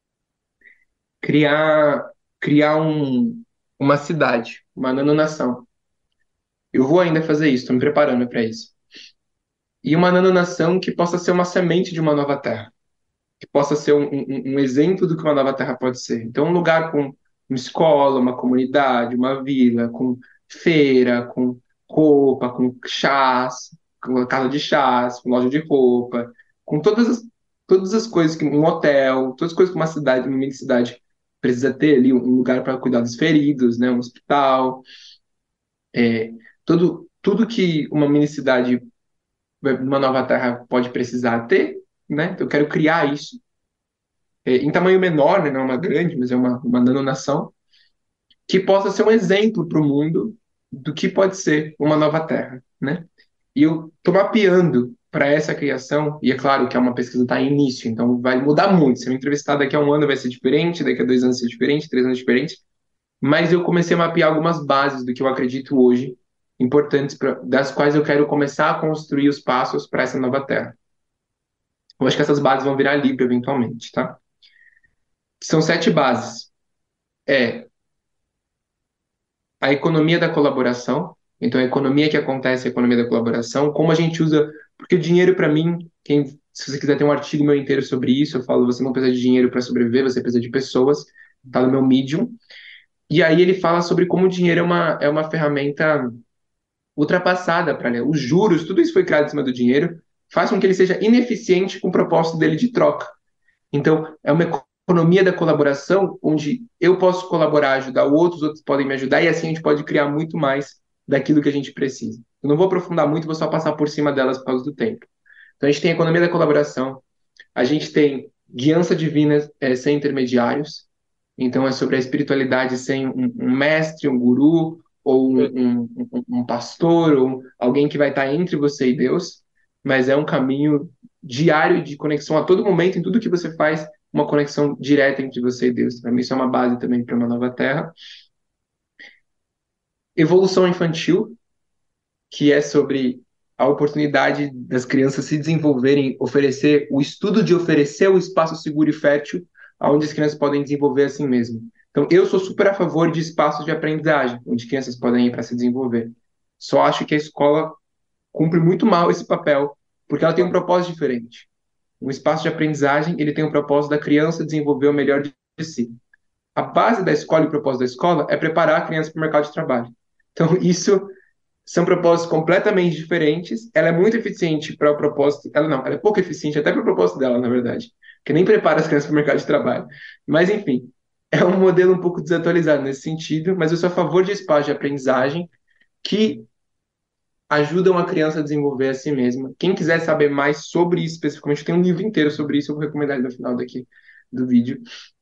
criar criar um, uma cidade, uma nanonação. Eu vou ainda fazer isso, estou me preparando para isso. E uma nanonação que possa ser uma semente de uma nova terra, que possa ser um, um, um exemplo do que uma nova terra pode ser. Então, um lugar com uma escola, uma comunidade, uma vila, com feira, com roupa, com chás, com casa de chás, com loja de roupa, com todas as, todas as coisas que um hotel, todas as coisas que uma cidade, uma mini cidade precisa ter ali, um lugar para cuidar dos feridos, né, um hospital, é, tudo, tudo que uma mini cidade, uma nova terra pode precisar ter, né? Eu quero criar isso. é, em tamanho menor, né, não é uma grande, mas é uma, uma nanonação, que possa ser um exemplo para o mundo do que pode ser uma nova Terra, né? E eu estou mapeando para essa criação, e é claro que é uma pesquisa está em início, então vai mudar muito. Se eu entrevistar daqui a um ano vai ser diferente, daqui a dois anos vai ser diferente, três anos diferente, mas eu comecei a mapear algumas bases do que eu acredito hoje, importantes, pra, das quais eu quero começar a construir os passos para essa nova Terra. Eu acho que essas bases vão virar livro eventualmente, tá? São sete bases. É a economia da colaboração. Então, a economia que acontece é a economia da colaboração. Como a gente usa... Porque o dinheiro, para mim, quem, se você quiser ter um artigo meu inteiro sobre isso, eu falo, você não precisa de dinheiro para sobreviver, você precisa de pessoas. Tá no meu Medium. E aí ele fala sobre como o dinheiro é uma, é uma ferramenta ultrapassada para ler. Os juros, tudo isso foi criado em cima do dinheiro, faz com que ele seja ineficiente com o propósito dele de troca. Então, é uma economia da colaboração, onde eu posso colaborar, ajudar o outro, os outros podem me ajudar, e assim a gente pode criar muito mais daquilo que a gente precisa. Eu não vou aprofundar muito, vou só passar por cima delas por causa do tempo. Então, a gente tem a economia da colaboração, a gente tem guiança divina é, sem intermediários, então é sobre a espiritualidade sem um, um mestre, um guru, ou um, um, um, um pastor, ou alguém que vai estar entre você e Deus, mas é um caminho diário de conexão a todo momento, em tudo que você faz, uma conexão direta entre você e Deus. Para mim isso é uma base também para uma nova terra. Evolução infantil, que é sobre a oportunidade das crianças se desenvolverem, oferecer o estudo de oferecer o espaço seguro e fértil onde as crianças podem desenvolver assim mesmo. Então, eu sou super a favor de espaços de aprendizagem, onde crianças podem ir para se desenvolver. Só acho que a escola cumpre muito mal esse papel, porque ela tem um propósito diferente. Um espaço de aprendizagem, ele tem o propósito da criança desenvolver o melhor de si. A base da escola e o propósito da escola é preparar a criança para o mercado de trabalho. Então, isso são propósitos completamente diferentes. Ela é muito eficiente para o propósito... Ela não, ela é pouco eficiente até para o propósito dela, na verdade. Que nem prepara as crianças para o mercado de trabalho. Mas, enfim, é um modelo um pouco desatualizado nesse sentido, mas eu sou a favor de espaços de aprendizagem que ajudam a criança a desenvolver a si mesma. Quem quiser saber mais sobre isso especificamente, tem um livro inteiro sobre isso, eu vou recomendar ele no final daqui do vídeo.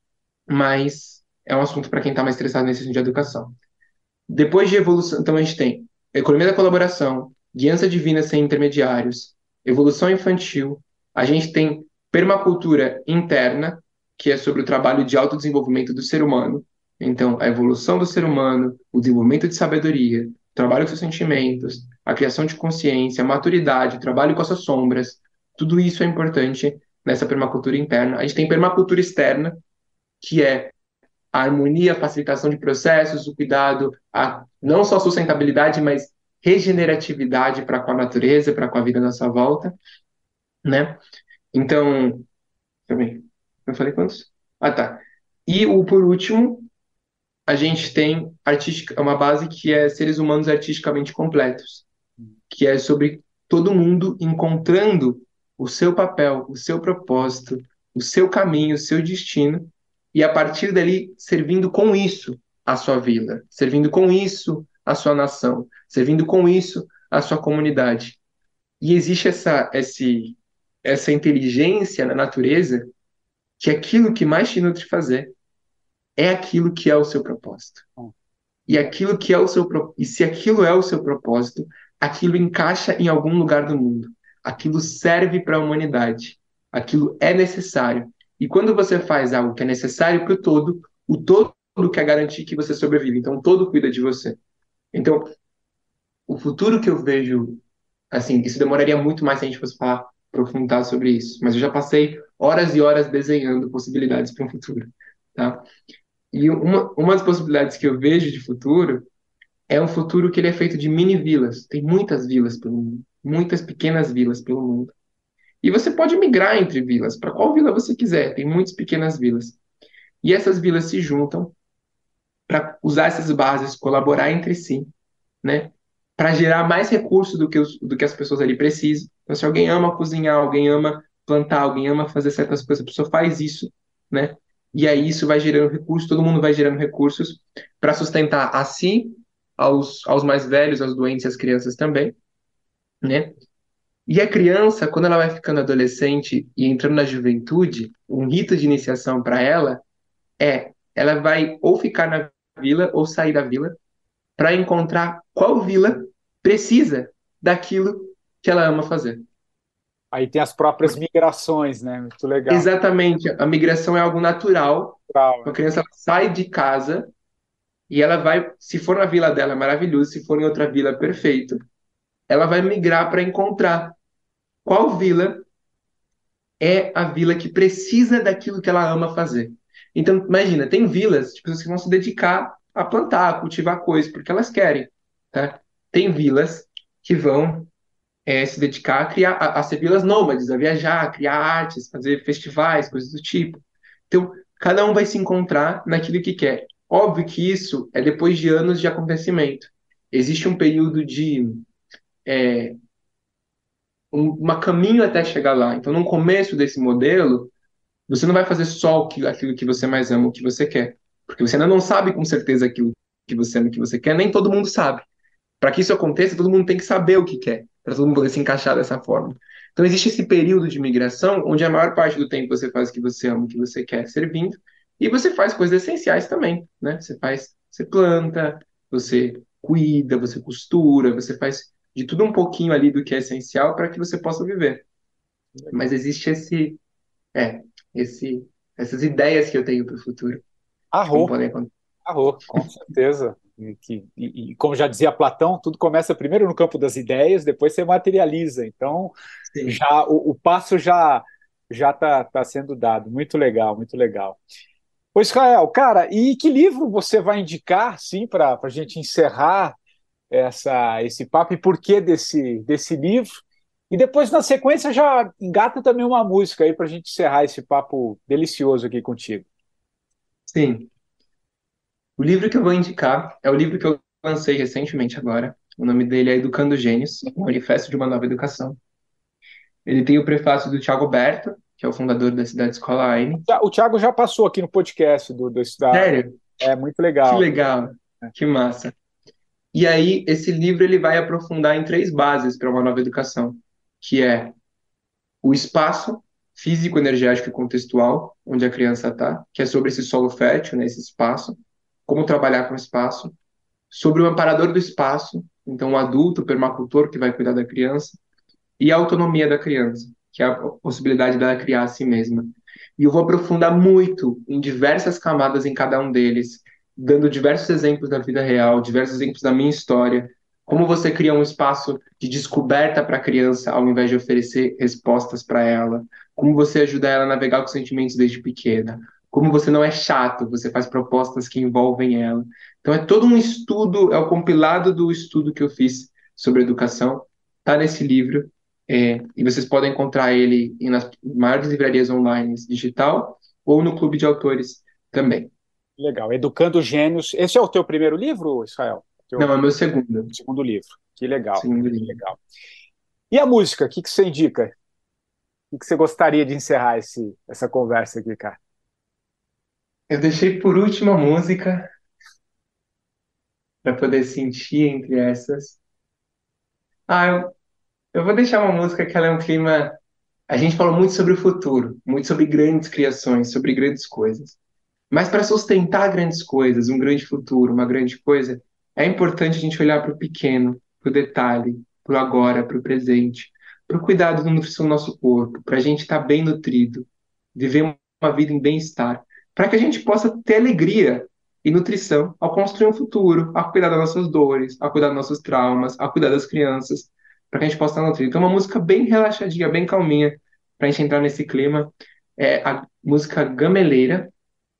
Mas é um assunto para quem está mais interessado nesse assunto de educação. Depois de evolução, então a gente tem economia da colaboração, guiança divina sem intermediários, evolução infantil, a gente tem permacultura interna, que é sobre o trabalho de autodesenvolvimento do ser humano. Então, a evolução do ser humano, o desenvolvimento de sabedoria, o trabalho com seus sentimentos, a criação de consciência, a maturidade, o trabalho com as suas sombras, tudo isso é importante nessa permacultura interna. A gente tem permacultura externa, que é a harmonia, a facilitação de processos, o cuidado, a não só sustentabilidade, mas regeneratividade para com a natureza, para com a vida à nossa volta, né? Então, também, eu falei quantos? Ah, tá. E o por último, a gente tem artística, uma base que é seres humanos artisticamente completos, que é sobre todo mundo encontrando o seu papel, o seu propósito, o seu caminho, o seu destino, e a partir dali servindo com isso a sua vila, servindo com isso a sua nação, servindo com isso a sua comunidade. E existe essa, esse, essa inteligência na natureza que aquilo que mais te nutre fazer é aquilo que é o seu propósito. E aquilo que é o seu e se aquilo é o seu propósito, aquilo encaixa em algum lugar do mundo. Aquilo serve para a humanidade. Aquilo é necessário. E quando você faz algo que é necessário para o todo, o todo quer garantir que você sobrevive. Então, o todo cuida de você. Então, o futuro que eu vejo, assim, isso demoraria muito mais se a gente fosse falar, aprofundar sobre isso. Mas eu já passei horas e horas desenhando possibilidades para um futuro, tá? E uma, uma das possibilidades que eu vejo de futuro é um futuro que ele é feito de mini-vilas. Tem muitas vilas pelo mundo. Muitas pequenas vilas pelo mundo. E você pode migrar entre vilas, para qual vila você quiser, tem muitas pequenas vilas. E essas vilas se juntam para usar essas bases, colaborar entre si, né? Para gerar mais recursos do que, os, do que as pessoas ali precisam. Então, se alguém ama cozinhar, alguém ama plantar, alguém ama fazer certas coisas, a pessoa faz isso, né? E aí isso vai gerando recursos, todo mundo vai gerando recursos para sustentar a si, aos, aos mais velhos, aos doentes e às crianças também, né? E a criança, quando ela vai ficando adolescente e entrando na juventude, um rito de iniciação para ela é, ela vai ou ficar na vila ou sair da vila para encontrar qual vila precisa daquilo que ela ama fazer. Aí tem as próprias migrações, né? Muito legal. Exatamente, a migração é algo natural. Legal, A criança ela sai de casa e ela vai, se for na vila dela, é maravilhoso, se for em outra vila, é perfeito. Ela vai migrar para encontrar qual vila é a vila que precisa daquilo que ela ama fazer. Então, imagina, tem vilas tipo, que vão se dedicar a plantar, a cultivar coisas, porque elas querem, tá? Tem vilas que vão é, se dedicar a criar, a, a ser vilas nômades, a viajar, a criar artes, fazer festivais, coisas do tipo. Então, cada um vai se encontrar naquilo que quer. Óbvio que isso é depois de anos de acontecimento. Existe um período de é, um uma caminho até chegar lá. Então, no começo desse modelo, você não vai fazer só aquilo, aquilo que você mais ama, o que você quer. Porque você ainda não sabe com certeza aquilo que você ama, o que você quer, nem todo mundo sabe. Para que isso aconteça, todo mundo tem que saber o que quer, para todo mundo poder se encaixar dessa forma. Então, existe esse período de migração, onde a maior parte do tempo você faz o que você ama, o que você quer, servindo, e você faz coisas essenciais também, né? Você faz, você planta, você cuida, você costura, você faz de tudo um pouquinho ali do que é essencial para que você possa viver. Mas existe esse, é, esse, essas ideias que eu tenho para o futuro. Arro, podem acontecer. arro, com certeza. E, que, e, e como já dizia Platão, tudo começa primeiro no campo das ideias, depois você materializa. Então, Sim. já o, o passo já já está tá sendo dado. Muito legal, muito legal. Ô Israel, cara, e que livro você vai indicar, sim, para a gente encerrar essa, esse papo, e por que desse, desse livro? E depois, na sequência, já engata também uma música aí para a gente encerrar esse papo delicioso aqui contigo. Sim. O livro que eu vou indicar é o livro que eu lancei recentemente agora. O nome dele é Educando Gênios, o Manifesto de uma Nova Educação. Ele tem o prefácio do Thiago Berto, que é o fundador da Cidade Escola Aine. O Thiago já passou aqui no podcast do, do da... Sério? É muito legal. Que legal, que massa. E aí, esse livro ele vai aprofundar em três bases para uma nova educação, que é o espaço físico, energético e contextual, onde a criança está, que é sobre esse solo fértil, né, esse espaço, como trabalhar com o espaço, sobre o amparador do espaço, então o adulto, o permacultor que vai cuidar da criança, e a autonomia da criança, que é a possibilidade dela criar a si mesma. E eu vou aprofundar muito em diversas camadas em cada um deles, dando diversos exemplos da vida real, diversos exemplos da minha história, como você cria um espaço de descoberta para a criança ao invés de oferecer respostas para ela, como você ajuda ela a navegar com sentimentos desde pequena, como você não é chato, você faz propostas que envolvem ela. Então é todo um estudo, é o compilado do estudo que eu fiz sobre educação, está nesse livro, é, e vocês podem encontrar ele nas maiores livrarias online digital ou no Clube de Autores também. Legal. Educando Gênios. Esse é o teu primeiro livro, Israel? Teu... Não, é o meu segundo. Segundo livro. Que legal. Segundo que livro. legal. E a música, o que, que você indica? O que você gostaria de encerrar esse, essa conversa aqui, cara? Eu deixei por último a música para poder sentir entre essas. Ah, eu, eu vou deixar uma música que ela é um clima... A gente falou muito sobre o futuro, muito sobre grandes criações, sobre grandes coisas. Mas para sustentar grandes coisas, um grande futuro, uma grande coisa, é importante a gente olhar para o pequeno, para o detalhe, para o agora, para o presente, para o cuidado da nutrição do nosso corpo, para a gente estar bem nutrido, viver uma vida em bem-estar, para que a gente possa ter alegria e nutrição ao construir um futuro, a cuidar das nossas dores, a cuidar dos nossos traumas, a cuidar das crianças, para que a gente possa estar nutrido. Então, uma música bem relaxadinha, bem calminha, para a gente entrar nesse clima, é a música Gameleira,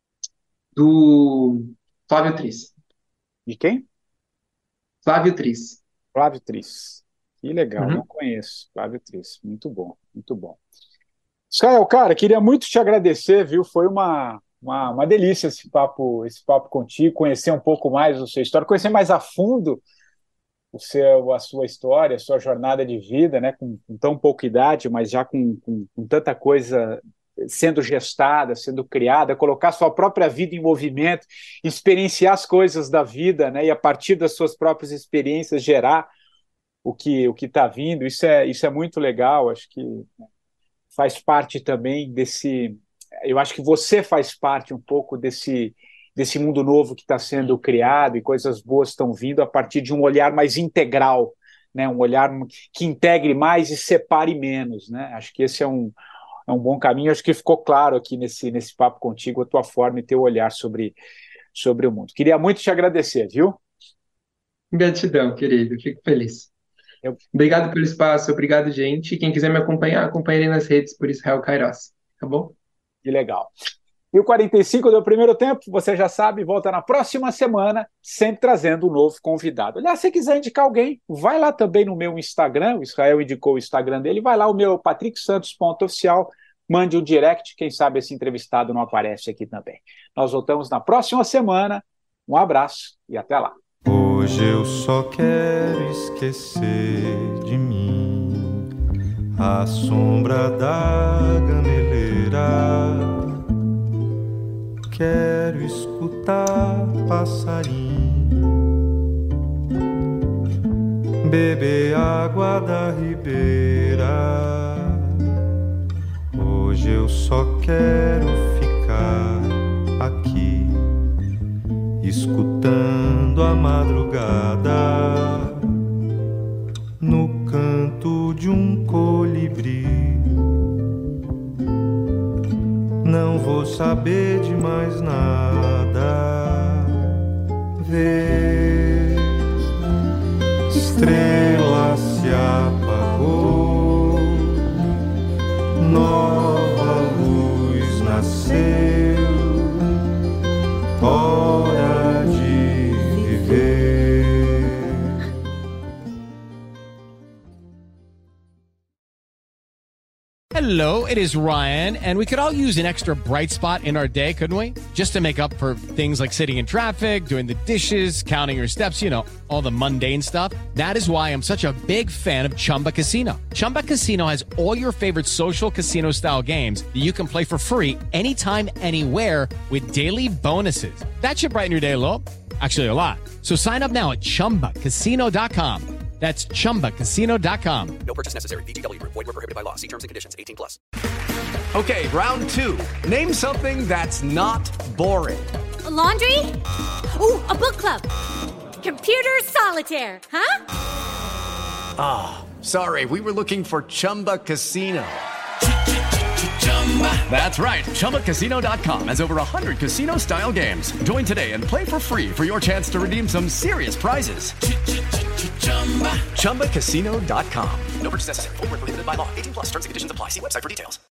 do Flávio Tris. De quem? Flávio Tris. Flávio Tris. Que legal, Uhum. não conheço. Flávio Tris. Muito bom, muito bom. Israel, cara, queria muito te agradecer, viu? Foi uma, uma, uma delícia esse papo, esse papo contigo, conhecer um pouco mais a sua história, conhecer mais a fundo o seu, a sua história, a sua jornada de vida, né? Com, com tão pouca idade, mas já com, com, com tanta coisa sendo gestada, sendo criada, colocar sua própria vida em movimento, experienciar as coisas da vida, né? E a partir das suas próprias experiências gerar o que o que está vindo. Isso é, isso é muito legal, acho que faz parte também desse... Eu acho que você faz parte um pouco desse, desse mundo novo que está sendo criado e coisas boas estão vindo a partir de um olhar mais integral, né? Um olhar que integre mais e separe menos, né? Acho que esse é um, é um bom caminho. Acho que ficou claro aqui nesse, nesse papo contigo a tua forma e teu olhar sobre, sobre o mundo. Queria muito te agradecer, viu? Gratidão, querido. Fico feliz. Eu... Obrigado pelo espaço, obrigado, gente. Quem quiser me acompanhar, acompanhe nas redes por Israel Kairos. Tá bom? Que legal. E o quarenta e cinco do primeiro tempo, você já sabe, volta na próxima semana, sempre trazendo um novo convidado. Aliás, se quiser indicar alguém, vai lá também no meu Instagram, o Israel indicou o Instagram dele, vai lá, o meu patrick santos ponto oficial, mande um direct, quem sabe esse entrevistado não aparece aqui também. Nós voltamos na próxima semana, um abraço e até lá. Hoje eu só quero esquecer de mim, a sombra da gameleira. Quero escutar passarinho, beber água da ribeira. Hoje eu só quero ficar aqui, escutando a madrugada, no canto de um colibri. Não vou saber de mais nada. Ver estrela se apagou, nova luz nasceu, hora de viver. Hello, it is Ryan, and we could all use an extra bright spot in our day, couldn't we? Just to make up for things like sitting in traffic, doing the dishes, counting your steps, you know, all the mundane stuff. That is why I'm such a big fan of Chumba Casino. Chumba Casino has all your favorite social casino-style games that you can play for free anytime, anywhere with daily bonuses. That should brighten your day a little. Actually, a lot. So sign up now at chumba casino dot com. That's chumba casino dot com. No purchase necessary. V G W. Void where prohibited by law. See terms and conditions. eighteen plus. Okay, round two. Name something that's not boring. A laundry? Ooh, a book club. Computer solitaire, huh? Ah, oh, sorry. We were looking for Chumba Casino. That's right. Chumba Casino dot com has over one hundred casino-style games. Join today and play for free for your chance to redeem some serious prizes. Chumba Casino dot com. No purchase necessary. Void where prohibited by law. eighteen plus. Terms and conditions apply. See website for details.